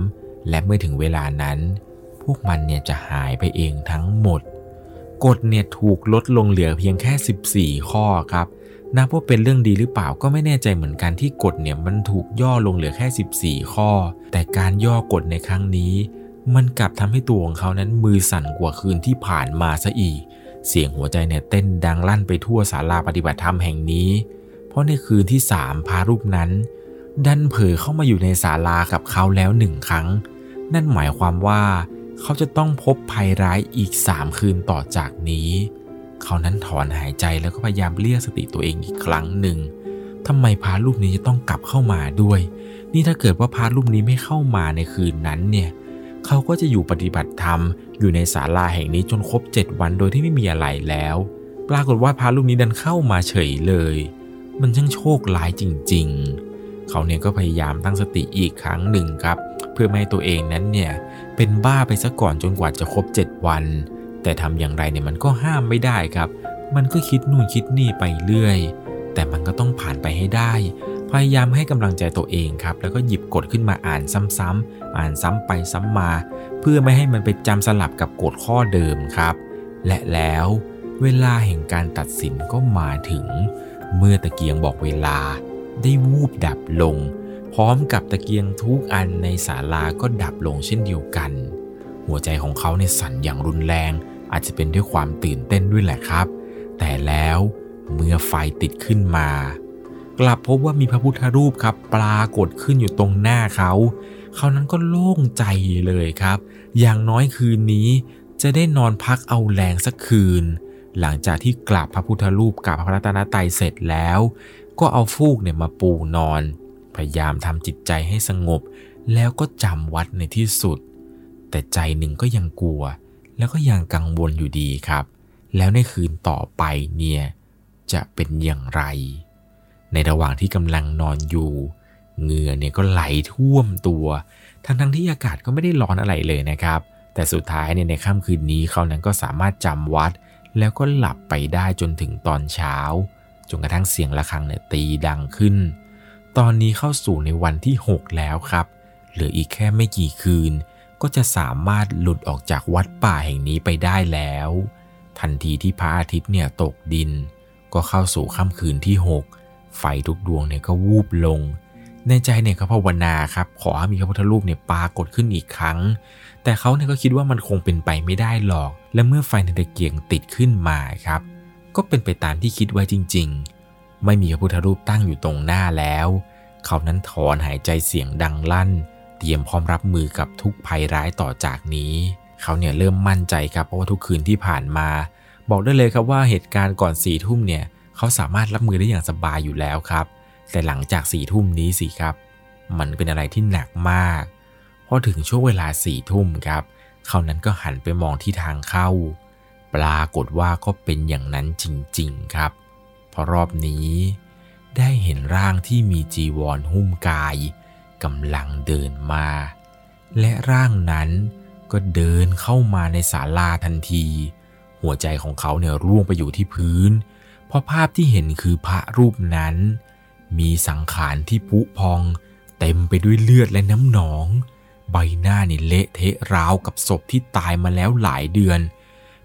3และเมื่อถึงเวลานั้นพวกมันจะหายไปเองทั้งหมดกฎถูกลดลงเหลือเพียงแค่14ข้อครับนับว่าเป็นเรื่องดีหรือเปล่าก็ไม่แน่ใจเหมือนกันที่กฎมันถูกย่อลงเหลือแค่14ข้อแต่การย่อกฎในครั้งนี้มันกลับทำให้ตัวของเขานั้นมือสั่นกว่าคืนที่ผ่านมาซะอีกเสียงหัวใจเต้นดังลั่นไปทั่วศาลาปฏิบัติธรรมแห่งนี้เพราะในคืนที่3พระรูปนั้นดันเผลอเข้ามาอยู่ในศาลากับเขาแล้ว1 ครั้งนั่นหมายความว่าเขาจะต้องพบภัยร้ายอีก3 คืนต่อจากนี้เขานั้นถอนหายใจแล้วก็พยายามเรียกสติตัวเองอีกครั้งหนึ่งทำไมพระรูปนี้จะต้องกลับเข้ามาด้วยนี่ถ้าเกิดว่าพระรูปนี้ไม่เข้ามาในคืนนั้นเขาก็จะอยู่ปฏิบัติธรรมอยู่ในศาลาแห่งนี้จนครบ7 วันโดยที่ไม่มีอะไรแล้วปรากฏว่าพระรูปนี้ดันเข้ามาเฉยเลยมันช่างโชคร้ายจริงๆเขาก็พยายามตั้งสติอีกครั้งหนึ่งครับเพื่อไม่ให้ตัวเองนั้นเป็นบ้าไปซะก่อนจนกว่าจะครบ7 วันแต่ทำอย่างไรมันก็ห้ามไม่ได้ครับมันก็คิดนู่นคิดนี่ไปเรื่อยแต่มันก็ต้องผ่านไปให้ได้พยายามให้กำลังใจตัวเองครับแล้วก็หยิบกฎขึ้นมาอ่านซ้ำๆอ่านซ้ำไปซ้ำมาเพื่อไม่ให้มันไปจำสลับกับกฎข้อเดิมครับและแล้วเวลาแห่งการตัดสินก็มาถึงเมื่อตะเกียงบอกเวลาได้วูบดับลงพร้อมกับตะเกียงทุกอันในศาลาก็ดับลงเช่นเดียวกันหัวใจของเขาสั่นอย่างรุนแรงอาจจะเป็นด้วยความตื่นเต้นด้วยแหละครับแต่แล้วเมื่อไฟติดขึ้นมากลับพบว่ามีพระพุทธรูปครับปรากฏขึ้นอยู่ตรงหน้าเขานั้นก็โล่งใจเลยครับอย่างน้อยคืนนี้จะได้นอนพักเอาแรงสักคืนหลังจากที่กราบพระพุทธรูปกับพระรัตนตรัยเสร็จแล้วก็เอาฟูกมาปูนอนพยายามทำจิตใจให้สงบแล้วก็จำวัดในที่สุดแต่ใจหนึ่งก็ยังกลัวแล้วก็ยังกังวลอยู่ดีครับแล้วในคืนต่อไปจะเป็นอย่างไรในระหว่างที่กำลังนอนอยู่เหงื่อก็ไหลท่วมตัวทั้งที่อากาศก็ไม่ได้ร้อนอะไรเลยนะครับแต่สุดท้ายในค่ำคืนนี้เขานั้นก็สามารถจำวัดแล้วก็หลับไปได้จนถึงตอนเช้าจนกระทั่งเสียงระฆังตีดังขึ้นตอนนี้เข้าสู่ในวันที่6แล้วครับเหลืออีกแค่ไม่กี่คืนก็จะสามารถหลุดออกจากวัดป่าแห่งนี้ไปได้แล้วทันทีที่พระอาทิตย์ตกดินก็เข้าสู่ค่ำคืนที่6ไฟทุกดวงก็วูบลงในใจก็ภาวนาครับขอให้มีพระพุทธรูปปรากฏขึ้นอีกครั้งแต่เขาก็คิดว่ามันคงเป็นไปไม่ได้หรอกและเมื่อไฟในตะเกียงติดขึ้นมาครับก็เป็นไปตามที่คิดไว้จริงๆไม่มีพระพุทธรูปตั้งอยู่ตรงหน้าแล้วเขานั้นถอนหายใจเสียงดังลั่นเตรียมพร้อมรับมือกับทุกภัยร้ายต่อจากนี้เขาเริ่มมั่นใจครับเพราะว่าทุกคืนที่ผ่านมาบอกได้เลยครับว่าเหตุการณ์ก่อน4 ทุ่มเขาสามารถรับมือได้อย่างสบายอยู่แล้วครับแต่หลังจาก4 ทุ่มนี้สิครับมันเป็นอะไรที่หนักมากพอถึงช่วงเวลา4 ทุ่มครับเขานั้นก็หันไปมองที่ทางเข้าปรากฏว่าก็เป็นอย่างนั้นจริงๆครับเพราะรอบนี้ได้เห็นร่างที่มีจีวรหุ้มกายกำลังเดินมาและร่างนั้นก็เดินเข้ามาในศาลาทันทีหัวใจของเขาร่วงไปอยู่ที่พื้นเพราะภาพที่เห็นคือพระรูปนั้นมีสังขารที่พุพองเต็มไปด้วยเลือดและน้ำหนองใบหน้าเละเทะราวกับศพที่ตายมาแล้วหลายเดือน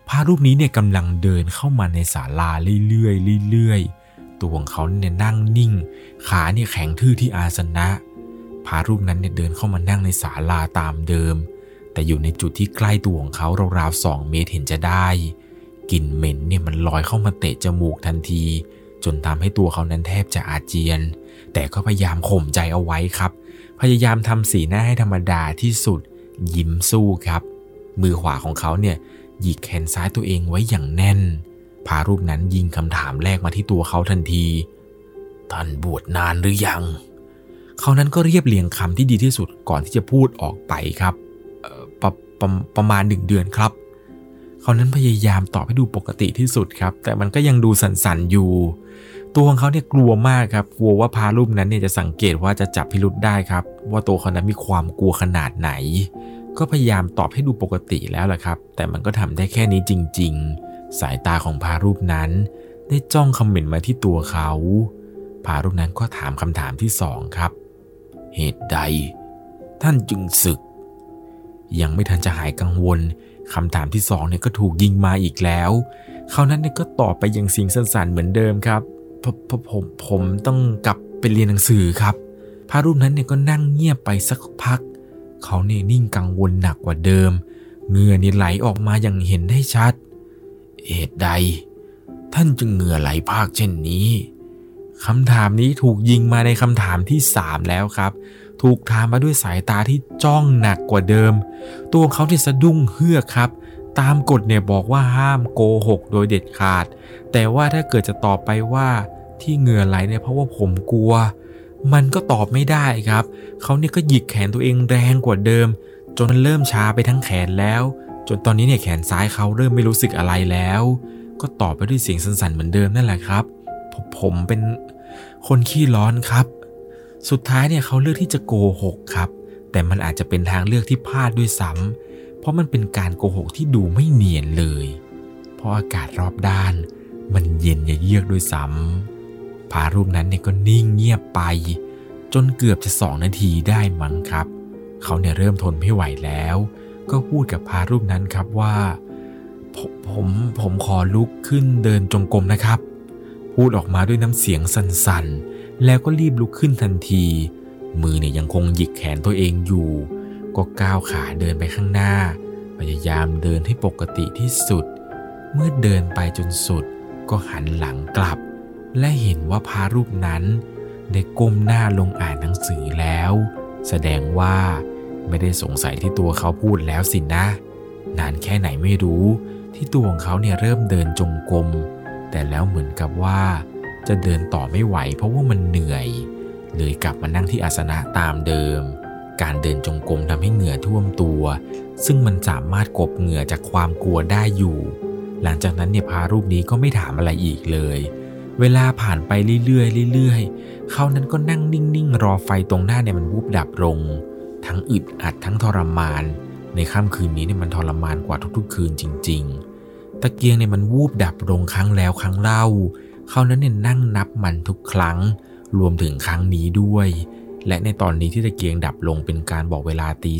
พระรูปนี้เนี่ยกำลังเดินเข้ามาในศาลาเรื่อยๆตัวของเขาเนี่ยนั่งนิ่งขาเนี่ยแข็งทื่อที่อาสนะพระรูปนั้นเนี่ยเดินเข้ามานั่งในศาลาตามเดิมแต่อยู่ในจุดที่ใกล้ตัวของเขาราวๆ2 เมตรเห็นจะได้กลิ่นเหม็นเนี่ยมันลอยเข้ามาเตะจมูกทันทีจนทำให้ตัวเขานั้นแทบจะอาเจียนแต่ก็พยายามข่มใจเอาไว้ครับพยายามทำสีหน้าให้ธรรมดาที่สุดยิ้มสู้ครับมือขวาของเขาเนี่ยหยิกแขนซ้ายตัวเองไว้อย่างแน่นพระรูปนั้นยิงคำถามแรกมาที่ตัวเขาทันทีท่านบวชนานหรือยังเขานั้นก็เรียบเรียงคำที่ดีที่สุดก่อนที่จะพูดออกไปครับประมาณ1 เดือนครับเขานั้นพยายามตอบให้ดูปกติที่สุดครับแต่มันก็ยังดูสั่นๆอยู่ตัวของเขาเนี่ยกลัวมากครับกลัวว่าพระรูปนั้นเนี่ยจะสังเกตว่าจะจับพิรุธได้ครับว่าตัวเขานั้นมีความกลัวขนาดไหนก็พยายามตอบให้ดูปกติแล้วแหละครับแต่มันก็ทำได้แค่นี้จริงๆสายตาของพระรูปนั้นได้จ้องเขม่นมาที่ตัวเขาพระรูปนั้นก็ถามคำถามที่2ครับเหตุใดท่านจึงสึกยังไม่ทันจะหายกังวลคำถามที่2เนี่ยก็ถูกยิงมาอีกแล้วเขานั้นเนี่ยก็ตอบไปอย่างเสียงสั่นๆเหมือนเดิมครับผมต้องกลับไปเรียนหนังสือครับพระรูปนั้นเนี่ยก็นั่งเงียบไปสักพักเขาเนี่ยนิ่งกังวลหนักกว่าเดิมเหงื่อนี่ไหลออกมาอย่างเห็นได้ชัดเหตุใดท่านจึงเหงื่อไหลพรากเช่นนี้คำถามนี้ถูกยิงมาในคำถามที่3แล้วครับถูกถามมาด้วยสายตาที่จ้องหนักกว่าเดิมตัวเขาที่สะดุ้งเฮือกครับตามกฎเนี่ยบอกว่าห้ามโกหกโดยเด็ดขาดแต่ว่าถ้าเกิดจะตอบไปว่าที่เหงื่อไหลเนี่ยเพราะว่าผมกลัวมันก็ตอบไม่ได้ครับเขาเนี่ยก็หยิกแขนตัวเองแรงกว่าเดิมจนมันเริ่มชาไปทั้งแขนแล้วจนตอนนี้เนี่ยแขนซ้ายเขาเริ่มไม่รู้สึกอะไรแล้วก็ตอบไปด้วยเสียงสั่นๆเหมือนเดิมนั่นแหละครับผมเป็นคนขี้ร้อนครับสุดท้ายเนี่ยเขาเลือกที่จะโกหกครับแต่มันอาจจะเป็นทางเลือกที่พลาดด้วยซ้ำเพราะมันเป็นการโกหกที่ดูไม่เนียนเลยเพราะอากาศรอบด้านมันเย็นเยือกด้วยซ้ำพระรูปนั้นเนี่ยก็นิ่งเงียบไปจนเกือบจะ2 นาทีได้มั้งครับเขาเนี่ยเริ่มทนไม่ไหวแล้วก็พูดกับพระรูปนั้นครับว่าผมขอลุกขึ้นเดินจงกรมนะครับพูดออกมาด้วยน้ำเสียงสั่นๆแล้วก็รีบลุกขึ้นทันทีมือเนี่ยยังคงหยิกแขนตัวเองอยู่ก็ก้าวขาเดินไปข้างหน้าพยายามเดินให้ปกติที่สุดเมื่อเดินไปจนสุดก็หันหลังกลับและเห็นว่าพระรูปนั้นได้ก้มหน้าลงอ่านหนังสือแล้วแสดงว่าไม่ได้สงสัยที่ตัวเขาพูดแล้วสินะนานแค่ไหนไม่รู้ที่ตัวของเขาเนี่ยเริ่มเดินจงกรมแต่แล้วเหมือนกับว่าจะเดินต่อไม่ไหวเพราะว่ามันเหนื่อยเลยกลับมานั่งที่อาสนะตามเดิมการเดินจงกรมทำให้เหงื่อท่วมตัวซึ่งมันสามารถกลบเหงื่อจากความกลัวได้อยู่หลังจากนั้นเนี่ยพระรูปนี้ก็ไม่ถามอะไรอีกเลยเวลาผ่านไปเรื่อยๆเขานั้นก็นั่งนิ่งๆรอไฟตรงหน้าเนี่ยมันวูบดับลงทั้งอึดอัดทั้งทรมานในค่ำคืนนี้เนี่ยมันทรมานกว่าทุกๆคืนจริงๆตะเกียงเนี่ยมันวูบดับลงครั้งแล้วครั้งเล่าเขานั้นเนี่ยนั่งนับมันทุกครั้งรวมถึงครั้งนี้ด้วยและในตอนนี้ที่ตะเกียงดับลงเป็นการบอกเวลาตี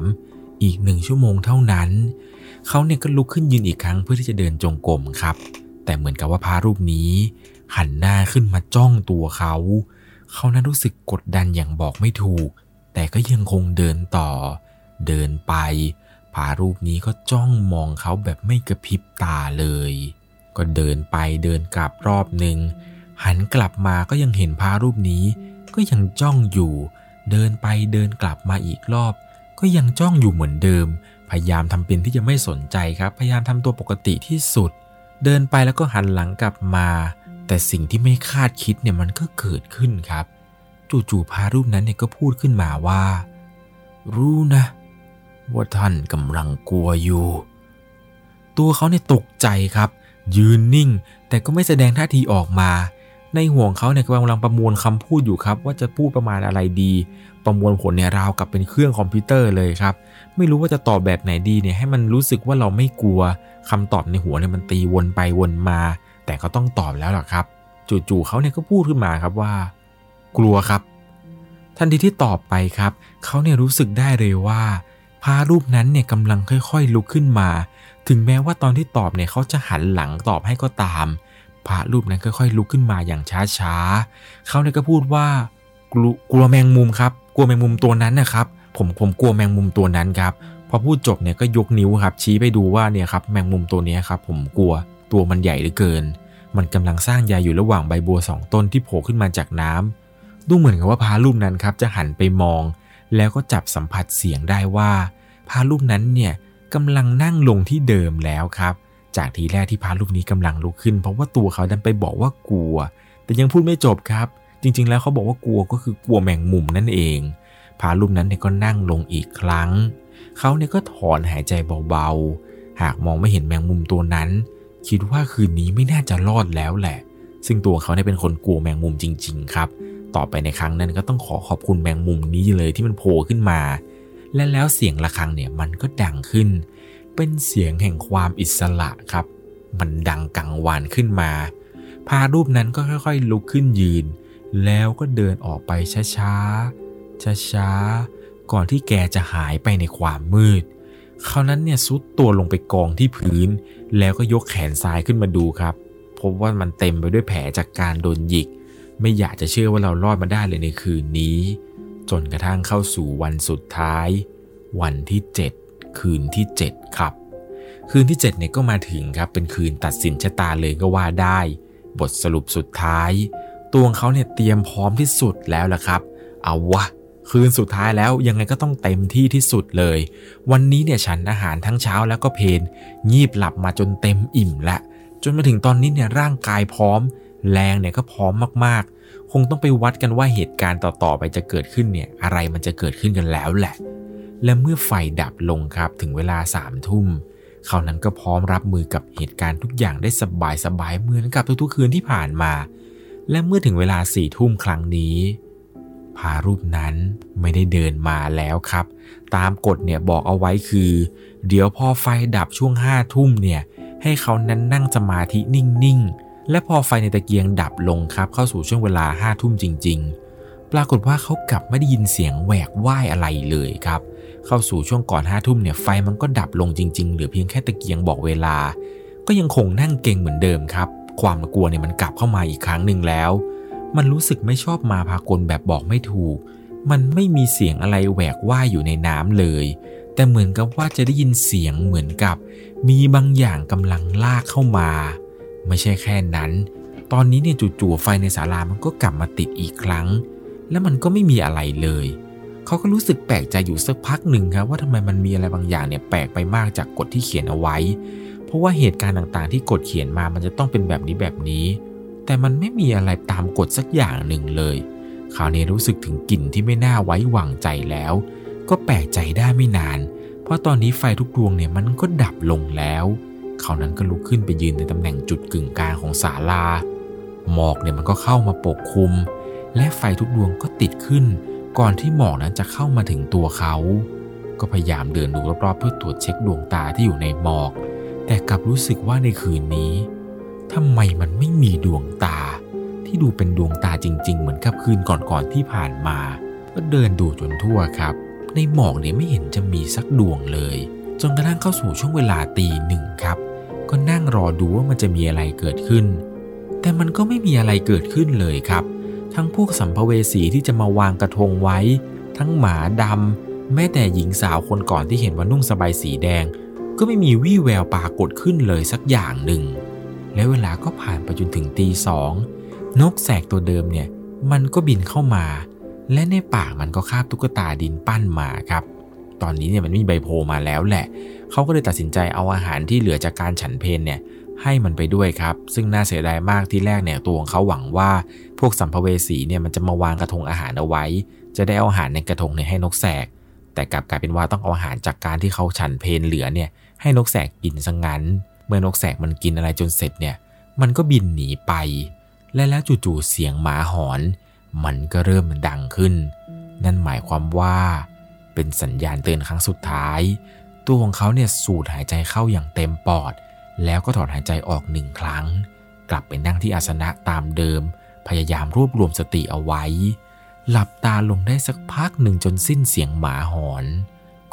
3อีก1 ชั่วโมงเท่านั้นเขาเนี่ยก็ลุกขึ้นยืนอีกครั้งเพื่อที่จะเดินจงกรมครับแต่เหมือนกับว่าพระรูปนี้หันหน้าขึ้นมาจ้องตัวเขานั้นรู้สึกกดดันอย่างบอกไม่ถูกแต่ก็ยังคงเดินต่อเดินไปพระรูปนี้ก็จ้องมองเขาแบบไม่กระพริบตาเลยก็เดินไปเดินกลับรอบหนึ่งหันกลับมาก็ยังเห็นพระรูปนี้ก็ยังจ้องอยู่เดินไปเดินกลับมาอีกรอบก็ยังจ้องอยู่เหมือนเดิมพยายามทำเป็นที่จะไม่สนใจครับพยายามทำตัวปกติที่สุดเดินไปแล้วก็หันหลังกลับมาแต่สิ่งที่ไม่คาดคิดเนี่ยมันก็เกิดขึ้นครับจู่ๆพระรูปนั้นเนี่ยก็พูดขึ้นมาว่ารู้นะว่าท่านกำลังกลัวอยู่ตัวเขาเนี่ยตกใจครับยืนนิ่งแต่ก็ไม่แสดงท่าทีออกมาในหัวเขาเนี่ยกำลังประมวลคำพูดอยู่ครับว่าจะพูดประมาณอะไรดีประมวลผลเนี่ยราวกับเป็นเครื่องคอมพิวเตอร์เลยครับไม่รู้ว่าจะตอบแบบไหนดีเนี่ยให้มันรู้สึกว่าเราไม่กลัวคำตอบในหัวเนี่ยมันตีวนไปวนมาแต่ก็ต้องตอบแล้วล่ะครับจู่ๆเขาเนี่ยก็พูดขึ้นมาครับว่ากลัวครับทันทีที่ตอบไปครับเขาเนี่ยรู้สึกได้เลยว่าพพระรูปนั้นเนี่ยกำลังค่อยๆลุกขึ้นมาถึงแม้ว่าตอนที่ตอบเนี่ยเขาจะหันหลังตอบให้ก็ตามพระรูปนั้นค่อยๆลุกขึ้นมาอย่างช้าๆเขาเนี่ยก็พูดว่ากลัวแมงมุมครับกลัวแมงมุมตัวนั้นนะครับผมกลัวแมงมุมตัวนั้นครับพอพูดจบเนี่ยก็ยกนิ้วครับชี้ไปดูว่าเนี่ยครับแมงมุมตัวนี้ครับผมกลัวตัวมันใหญ่เหลือเกินมันกำลังสร้างใยอยู่ระหว่างใบบัว2ต้นที่โผล่ขึ้นมาจากน้ำดูเหมือนกับว่าพระรูปนั้นครับจะหันไปมองแล้วก็จับสัมผัสเสียงได้ว่าพระรูปนั้นเนี่ยกำลังนั่งลงที่เดิมแล้วครับจากทีแรกที่พระรูปนี้กำลังลุกขึ้นเพราะว่าตัวเขาดันไปบอกว่ากลัวแต่ยังพูดไม่จบครับจริงๆแล้วเขาบอกว่ากลัวก็คือกลัวแมงมุมนั่นเองพระรูปนั้นเนี่ยก็นั่งลงอีกครั้งเขาเนี่ยก็ถอนหายใจเบาๆหากมองไม่เห็นแมงมุมตัวนั้นคิดว่าคืนนี้ไม่น่าจะรอดแล้วแหละซึ่งตัวเขาเนี่ยเป็นคนกลัวแมงมุมจริงๆครับต่อไปในครั้งนั้นก็ต้องขอบคุณแมงมุมนี้เลยที่มันโผล่ขึ้นมาและแล้วเสียงระฆังเนี่ยมันก็ดังขึ้นเป็นเสียงแห่งความอิสระครับมันดังกังวานขึ้นมาพระรูปนั้นก็ค่อยๆลุกขึ้นยืนแล้วก็เดินออกไปช้าๆก่อนที่แกจะหายไปในความมืดเขานั้นเนี่ยซุดตัวลงไปกองที่พื้นแล้วก็ยกแขนซ้ายขึ้นมาดูครับพบว่ามันเต็มไปด้วยแผลจากการโดนหยิกไม่อยากจะเชื่อว่าเรารอดมาได้เลยในคืนนี้จนกระทั่งเข้าสู่วันสุดท้ายวันที่7คืนที่7ครับคืนที่7เนี่ยก็มาถึงครับเป็นคืนตัดสินชะตาเลยก็ว่าได้บทสรุปสุดท้ายตัวเขาเนี่ยเตรียมพร้อมที่สุดแล้วล่ะครับเอาวะคืนสุดท้ายแล้วยังไงก็ต้องเต็มที่ที่สุดเลยวันนี้เนี่ยฉันอาหารทั้งเช้าแล้วก็เพลงีบหลับมาจนเต็มอิ่มละจนมาถึงตอนนี้เนี่ยร่างกายพร้อมแรงเนี่ยก็พร้อมมากๆคงต้องไปวัดกันว่าเหตุการณ์ต่อๆไปจะเกิดขึ้นเนี่ยอะไรมันจะเกิดขึ้นกันแล้วแหละและเมื่อไฟดับลงครับถึงเวลา3 ทุ่มเขานั้นก็พร้อมรับมือกับเหตุการณ์ทุกอย่างได้สบายๆเหมือนกับทุกๆคืนที่ผ่านมาและเมื่อถึงเวลา4 ทุ่มครั้งนี้พระรูปนั้นไม่ได้เดินมาแล้วครับตามกฎเนี่ยบอกเอาไว้คือเดี๋ยวพอไฟดับช่วง5 ทุ่มเนี่ยให้เขานั้นนั่งสมาธินิ่งๆและพอไฟในตะเกียงดับลงครับเข้าสู่ช่วงเวลา5 ทุ่มจริงๆปรากฏว่าเขากลับไม่ได้ยินเสียงแหวกว่ายอะไรเลยครับเข้าสู่ช่วงก่อน5 ทุ่มเนี่ยไฟมันก็ดับลงจริงๆเหลือเพียงแค่ตะเกียงบอกเวลาก็ยังคงนั่งเก่งเหมือนเดิมครับความกลัวเนี่ยมันกลับเข้ามาอีกครั้งหนึ่งแล้วมันรู้สึกไม่ชอบมาพากลแบบบอกไม่ถูกมันไม่มีเสียงอะไรแหวกว่ายอยู่ในน้ำเลยแต่เหมือนกับว่าจะได้ยินเสียงเหมือนกับมีบางอย่างกำลังลากเข้ามาไม่ใช่แค่นั้นตอนนี้เนี่ยจู่ๆไฟในศาลามันก็กลับมาติดอีกครั้งและมันก็ไม่มีอะไรเลยเขาก็รู้สึกแปลกใจอยู่สักพักหนึ่งครับว่าทำไมมันมีอะไรบางอย่างเนี่ยแปลกไปมากจากกฎที่เขียนเอาไว้เพราะว่าเหตุการณ์ต่างๆที่กฎเขียนมามันจะต้องเป็นแบบนี้แต่มันไม่มีอะไรตามกฎสักอย่างหนึ่งเลยคราวนี้รู้สึกถึงกลิ่นที่ไม่น่าไว้วางใจแล้วก็แปลกใจได้ไม่นานเพราะตอนนี้ไฟทุกดวงเนี่ยมันก็ดับลงแล้วเขานั้นก็ลุกขึ้นไปยืนในตำแหน่งจุดกึ่งกลางของศาลาหมอกเนี่ยมันก็เข้ามาปกคลุมและไฟทุกดวงก็ติดขึ้นก่อนที่หมอกนั้นจะเข้ามาถึงตัวเขาก็พยายามเดินดูรอบๆเพื่อตรวจเช็คดวงตาที่อยู่ในหมอกแต่กลับรู้สึกว่าในคืนนี้ทำไมมันไม่มีดวงตาที่ดูเป็นดวงตาจริงๆเหมือนกับคืนก่อนๆที่ผ่านมาก็เดินดูจนทั่วครับในหมอกเนี่ยไม่เห็นจะมีสักดวงเลยจนกระทั่งเข้าสู่ช่วงเวลา1:00ครับก็นั่งรอดูว่ามันจะมีอะไรเกิดขึ้นแต่มันก็ไม่มีอะไรเกิดขึ้นเลยครับทั้งพวกสัมภเวสีที่จะมาวางกระทงไว้ทั้งหมาดำแม้แต่หญิงสาวคนก่อนที่เห็นว่านุ่งสบายสีแดงก็ไม่มีวี่แววปรากฏขึ้นเลยสักอย่างหนึ่งและเวลาก็ผ่านไปจนถึง2:00นกแสกตัวเดิมเนี่ยมันก็บินเข้ามาและในปากมันก็คาบตุ๊กตาดินปั้นมาครับตอนนี้เนี่ยมันมีใบโพมาแล้วแหละเขาก็เลยตัดสินใจเอาอาหารที่เหลือจากการฉันเพลเนี่ยให้มันไปด้วยครับซึ่งน่าเสียดายมากที่แรกเนี่ยตัวของเขาหวังว่าพวกสัมภเวสีเนี่ยมันจะมาวางกระทงอาหารเอาไว้จะได้เอาอาหารในกระทงเนี่ยให้นกแสกแต่กลับกลายเป็นว่าต้องเอาอาหารจากการที่เขาฉันเพลเหลือเนี่ยให้นกแสกกินซะงั้นเมื่อนกแสกมันกินอะไรจนเสร็จเนี่ยมันก็บินหนีไปและแล้วจู่ๆเสียงหมาหอนมันก็เริ่มดังขึ้นนั่นหมายความว่าเป็นสัญญาณเตือนครั้งสุดท้ายตัวของเขาเนี่ยสูดหายใจเข้าอย่างเต็มปอดแล้วก็ถอนหายใจออก1 ครั้งกลับไปนั่งที่อาสนะตามเดิมพยายามรวบรวมสติเอาไว้หลับตาลงได้สักพักหนึ่งจนสิ้นเสียงหมาหอน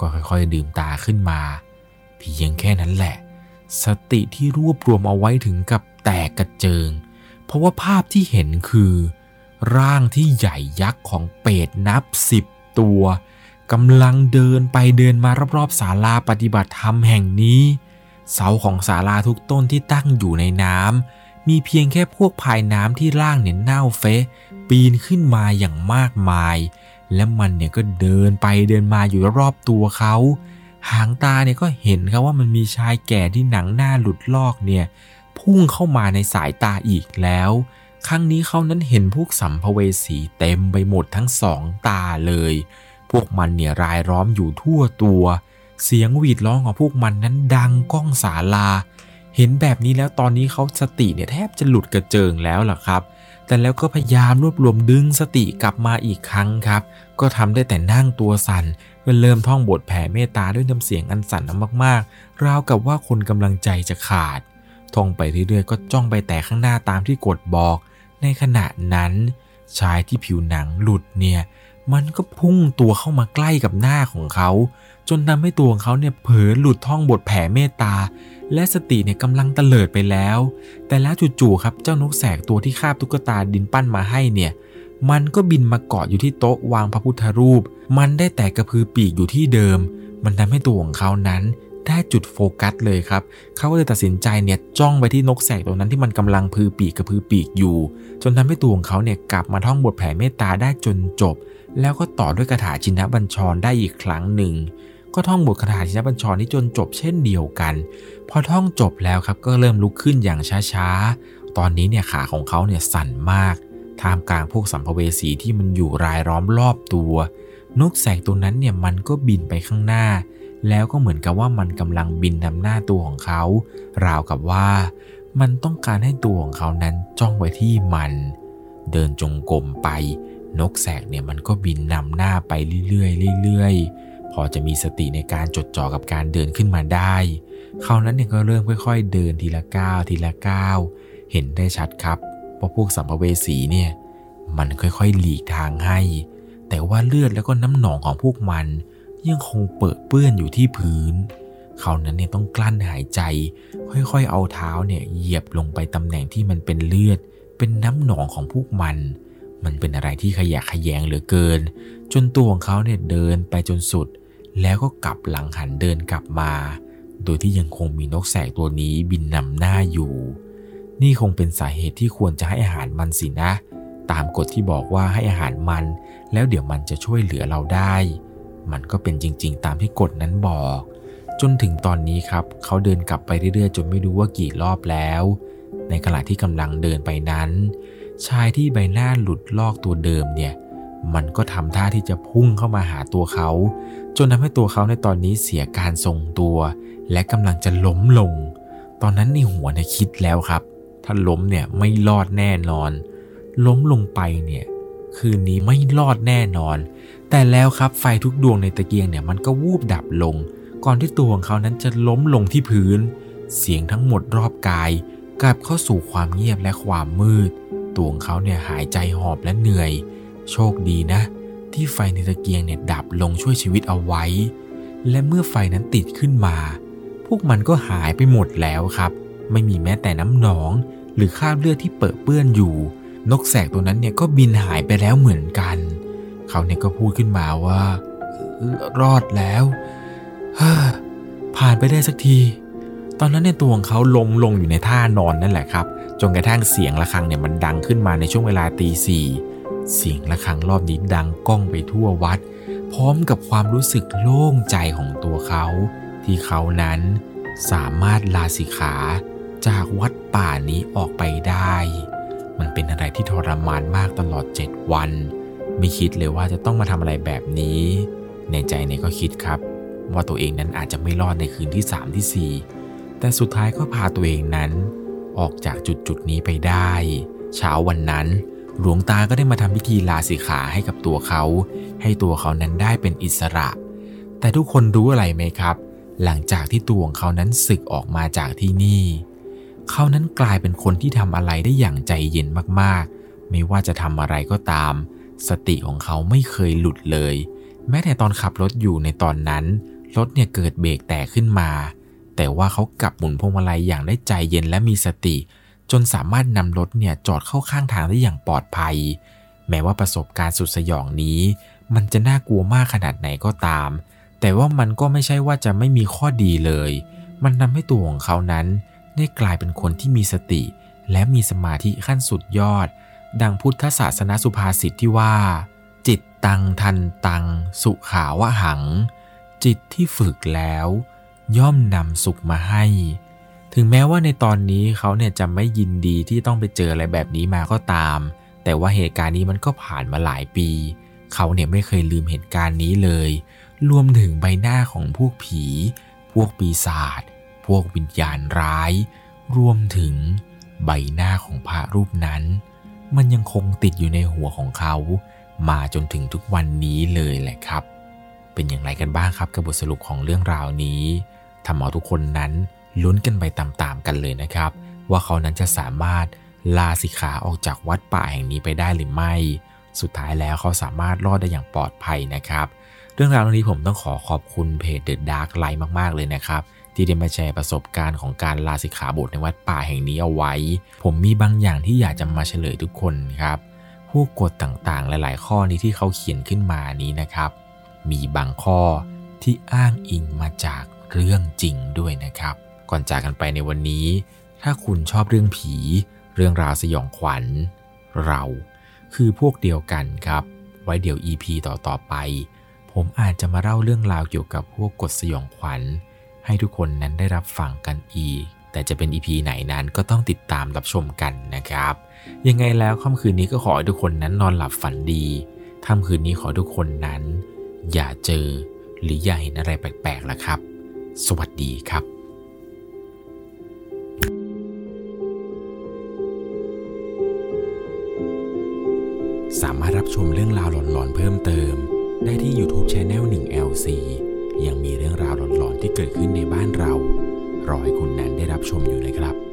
ก็ค่อยๆดื่มตาขึ้นมาเพียงแค่นั้นแหละสติที่รวบรวมเอาไว้ถึงกับแตกกระเจิงเพราะว่าภาพที่เห็นคือร่างที่ใหญ่ยักษ์ของเปรตนับ10ตัวกำลังเดินไปเดินมารอบๆศาลาปฏิบัติธรรมแห่งนี้เสาของศาลาทุกต้นที่ตั้งอยู่ในน้ำมีเพียงแค่พวกพายน้ำที่ร่างเนี่ยเน่าเฟะปีนขึ้นมาอย่างมากมายและมันเนี่ยก็เดินไปเดินมาอยู่รอบตัวเขาหางตาเนี่ยก็เห็นครับว่ามันมีชายแก่ที่หนังหน้าหลุดลอกเนี่ยพุ่งเข้ามาในสายตาอีกแล้วครั้งนี้เขานั้นเห็นพวกสัมภเวสีเต็มไปหมดทั้งสองตาเลยพวกมันเนี่ยรายล้อมอยู่ทั่วตัวเสียงหวีดร้องของพวกมันนั้นดังก้องศาลาเห็นแบบนี้แล้วตอนนี้เขาสติเนี่ยแทบจะหลุดกระเจิงแล้วล่ะครับแต่แล้วก็พยายามรวบรวมดึงสติกลับมาอีกครั้งครับก็ทำได้แต่นั่งตัวสั่นก็เริ่มท่องบทแผ่เมตตาด้วยน้ำเสียงอันสั่นมากๆราวกับว่าคนกำลังใจจะขาดท่องไปเรื่อยๆก็จ้องไปแต่ข้างหน้าตามที่กฎบอกในขณะนั้นชายที่ผิวหนังหลุดเนี่ยมันก็พุ่งตัวเข้ามาใกล้กับหน้าของเขาจนทำให้ตัวของเขาเนี่ยเผลอหลุดท่องบทแผ่เมตตาและสติเนี่ยกำลังเตลิดไปแล้วแต่แล้วจู่ๆครับเจ้านกแสกตัวที่คาบตุ๊กตาดินปั้นมาให้เนี่ยมันก็บินมาเกาะอยู่ที่โต๊ะวางพระพุทธรูปมันได้แต่กระพือปีกอยู่ที่เดิมมันทำให้ตัวของเขานั้นได้จุดโฟกัสเลยครับเขาก็เลยตัดสินใจเนี่ยจ้องไปที่นกแสกตัวนั้นที่มันกำลังพือปีกกระพือปีกอยู่จนทำให้ตัวของเขาเนี่ยกลับมาท่องบทแผ่เมตตาได้จนจบแล้วก็ต่อด้วยคาถาชินบัญชรได้อีกครั้งหนึ่งก็ท่องบทคาถาชินบัญชรนี้จนจบเช่นเดียวกันพอท่องจบแล้วครับก็เริ่มลุกขึ้นอย่างช้าๆตอนนี้เนี่ยขาของเขาเนี่ยสั่นมากท่ามกลางพวกสัมภเวสีที่มันอยู่รายล้อมรอบตัวนกแสกตัวนั้นเนี่ยมันก็บินไปข้างหน้าแล้วก็เหมือนกับว่ามันกำลังบินนำหน้าตัวของเขาราวกับว่ามันต้องการให้ตัวของเขานั้นจ้องไว้ที่มันเดินจงกรมไปนกแสกเนี่ยมันก็บินนำหน้าไปเรื่อยๆพอจะมีสติในการจดจ่อกับการเดินขึ้นมาได้เขานั้นเนี่ยก็เริ่มค่อยๆเดินทีละก้าวทีละก้าวเห็นได้ชัดครับว่าพวกสัมภเวสีเนี่ยมันค่อยๆหลีกทางให้แต่ว่าเลือดแล้วก็น้ำหนองของพวกมันยังคงเปื้อนอยู่ที่พื้นเขานั้นเนี่ยต้องกลั้นหายใจค่อยๆเอาเท้าเนี่ยเหยียบลงไปตำแหน่งที่มันเป็นเลือดเป็นน้ำหนองของพวกมันเป็นอะไรที่ขยะแขยงเหลือเกินจนตัวของเขาเนี่ยเดินไปจนสุดแล้วก็กลับหลังหันเดินกลับมาโดยที่ยังคงมีนกแสกตัวนี้บินนำหน้าอยู่นี่คงเป็นสาเหตุที่ควรจะให้อาหารมันสินะตามกฎที่บอกว่าให้อาหารมันแล้วเดี๋ยวมันจะช่วยเหลือเราได้มันก็เป็นจริงๆตามที่กฎนั้นบอกจนถึงตอนนี้ครับเขาเดินกลับไปเรื่อยๆจนไม่รู้ว่ากี่รอบแล้วในขณะที่กำลังเดินไปนั้นชายที่ใบหน้าหลุดลอกตัวเดิมเนี่ยมันก็ทำท่าที่จะพุ่งเข้ามาหาตัวเขาจนทำให้ตัวเขาในตอนนี้เสียการทรงตัวและกำลังจะล้มลงตอนนั้นในหัวเนี่ยคิดแล้วครับถ้าล้มเนี่ยไม่รอดแน่นอนล้มลงไปเนี่ยคืนนี้ไม่รอดแน่นอนแต่แล้วครับไฟทุกดวงในตะเกียงเนี่ยมันก็วูบดับลงก่อนที่ตัวของเขานั้นจะล้มลงที่พื้นเสียงทั้งหมดรอบกายกลับเข้าสู่ความเงียบและความมืดตัวของเขาเนี่ยหายใจหอบและเหนื่อยโชคดีนะที่ไฟในตะเกียงเนี่ยดับลงช่วยชีวิตเอาไว้และเมื่อไฟนั้นติดขึ้นมาพวกมันก็หายไปหมดแล้วครับไม่มีแม้แต่น้ำหนองหรือคราบเลือดที่เปื้อนอยู่นกแสกตัวนั้นเนี่ยก็บินหายไปแล้วเหมือนกันเขาเนี่ยก็พูดขึ้นมาว่ารอดแล้วผ่านไปได้สักทีตอนนั้นในตัวของเขาล้มลงอยู่ในท่านอนนั่นแหละครับจนกระทั่งเสียงระฆังเนี่ยมันดังขึ้นมาในช่วงเวลาตี 4เสียงระฆังรอบนี้ดังก้องไปทั่ววัดพร้อมกับความรู้สึกโล่งใจของตัวเขาที่เขานั้นสามารถลาสิกขาจากวัดป่านี้ออกไปได้มันเป็นอะไรที่ทรมานมากตลอด7 วันไม่คิดเลยว่าจะต้องมาทำอะไรแบบนี้ในใจเนี่ยก็คิดครับว่าตัวเองนั้นอาจจะไม่รอดในคืนที่3ที่4แต่สุดท้ายก็พาตัวเองนั้นออกจากจุดนี้ไปได้เช้าวันนั้นหลวงตาก็ได้มาทำพิธีลาสิกขาให้กับตัวเขาให้ตัวเขานั้นได้เป็นอิสระแต่ทุกคนรู้อะไรไหมครับหลังจากที่ตัวของเขานั้นสึกออกมาจากที่นี่เขานั้นกลายเป็นคนที่ทำอะไรได้อย่างใจเย็นมากๆไม่ว่าจะทำอะไรก็ตาม สติของเขาไม่เคยหลุดเลยแม้แต่ตอนขับรถอยู่ในตอนนั้นรถเนี่ยเกิดเบรกแตกขึ้นมาแต่ว่าเขากลับหมุนพวงมาลัยอย่างได้ใจเย็นและมีสติจนสามารถนำรถเนี่ยจอดเข้าข้างทางได้อย่างปลอดภัยแม้ว่าประสบการณ์สุดสยองนี้มันจะน่ากลัวมากขนาดไหนก็ตามแต่ว่ามันก็ไม่ใช่ว่าจะไม่มีข้อดีเลยมันทำให้ตัวของเขานั้นได้กลายเป็นคนที่มีสติและมีสมาธิขั้นสุดยอดดังพุทธศาสนสุภาษิตที่ว่าจิตตังทันตังสุขาวหังจิตที่ฝึกแล้วย่อมนำสุขมาให้ถึงแม้ว่าในตอนนี้เขาเนี่ยจะไม่ยินดีที่ต้องไปเจออะไรแบบนี้มาก็ตามแต่ว่าเหตุการณ์นี้มันก็ผ่านมาหลายปีเขาเนี่ยไม่เคยลืมเหตุการณ์นี้เลยรวมถึงใบหน้าของพวกผีพวกปีศาจพวกวิญญาณร้ายรวมถึงใบหน้าของพระรูปนั้นมันยังคงติดอยู่ในหัวของเขามาจนถึงทุกวันนี้เลยแหละครับเป็นอย่างไรกันบ้างครับกับบทสรุปของเรื่องราวนี้ทำเอาทุกคนนั้นลุ้นกันไปตามๆกันเลยนะครับว่าเขานั้นจะสามารถลาสิกขาออกจากวัดป่าแห่งนี้ไปได้หรือไม่สุดท้ายแล้วเขาสามารถรอดได้อย่างปลอดภัยนะครับเรื่องราวนี้ผมต้องขอบคุณเพจ The Dark Light มากๆเลยนะครับที่ได้มาแชร์ประสบการณ์ของการลาสิกขาบทในวัดป่าแห่งนี้เอาไว้ผมมีบางอย่างที่อยากจะมาเฉลยทุกคนครับพวกกฎต่างๆหลายๆข้อนี้ที่เขาเขียนขึ้นมานี้นะครับมีบางข้อที่อ้างอิงมาจากเรื่องจริงด้วยนะครับก่อนจากกันไปในวันนี้ถ้าคุณชอบเรื่องผีเรื่องราวสยองขวัญเราคือพวกเดียวกันครับไว้เดี๋ยว EP ต่อไปผมอาจจะมาเล่าเรื่องราวเกี่ยวกับพวกกฎสยองขวัญให้ทุกคนนั้นได้รับฟังกันอีกแต่จะเป็น EP ไหนนั้นก็ต้องติดตามรับชมกันนะครับยังไงแล้วค่ำคืนนี้ก็ขอให้ทุกคนนั้นนอนหลับฝันดีค่ำคืนนี้ขอทุกคนนั้นอย่าเจอหรืออย่าเห็นอะไรแปลกๆล่ะครับสวัสดีครับสามารถรับชมเรื่องราวหลอนๆเพิ่มเติมได้ที่ YouTube Channel 1LC ยังมีเรื่องราวหลอนๆที่เกิดขึ้นในบ้านเรารอให้คุณนั้นได้รับชมอยู่นะครับ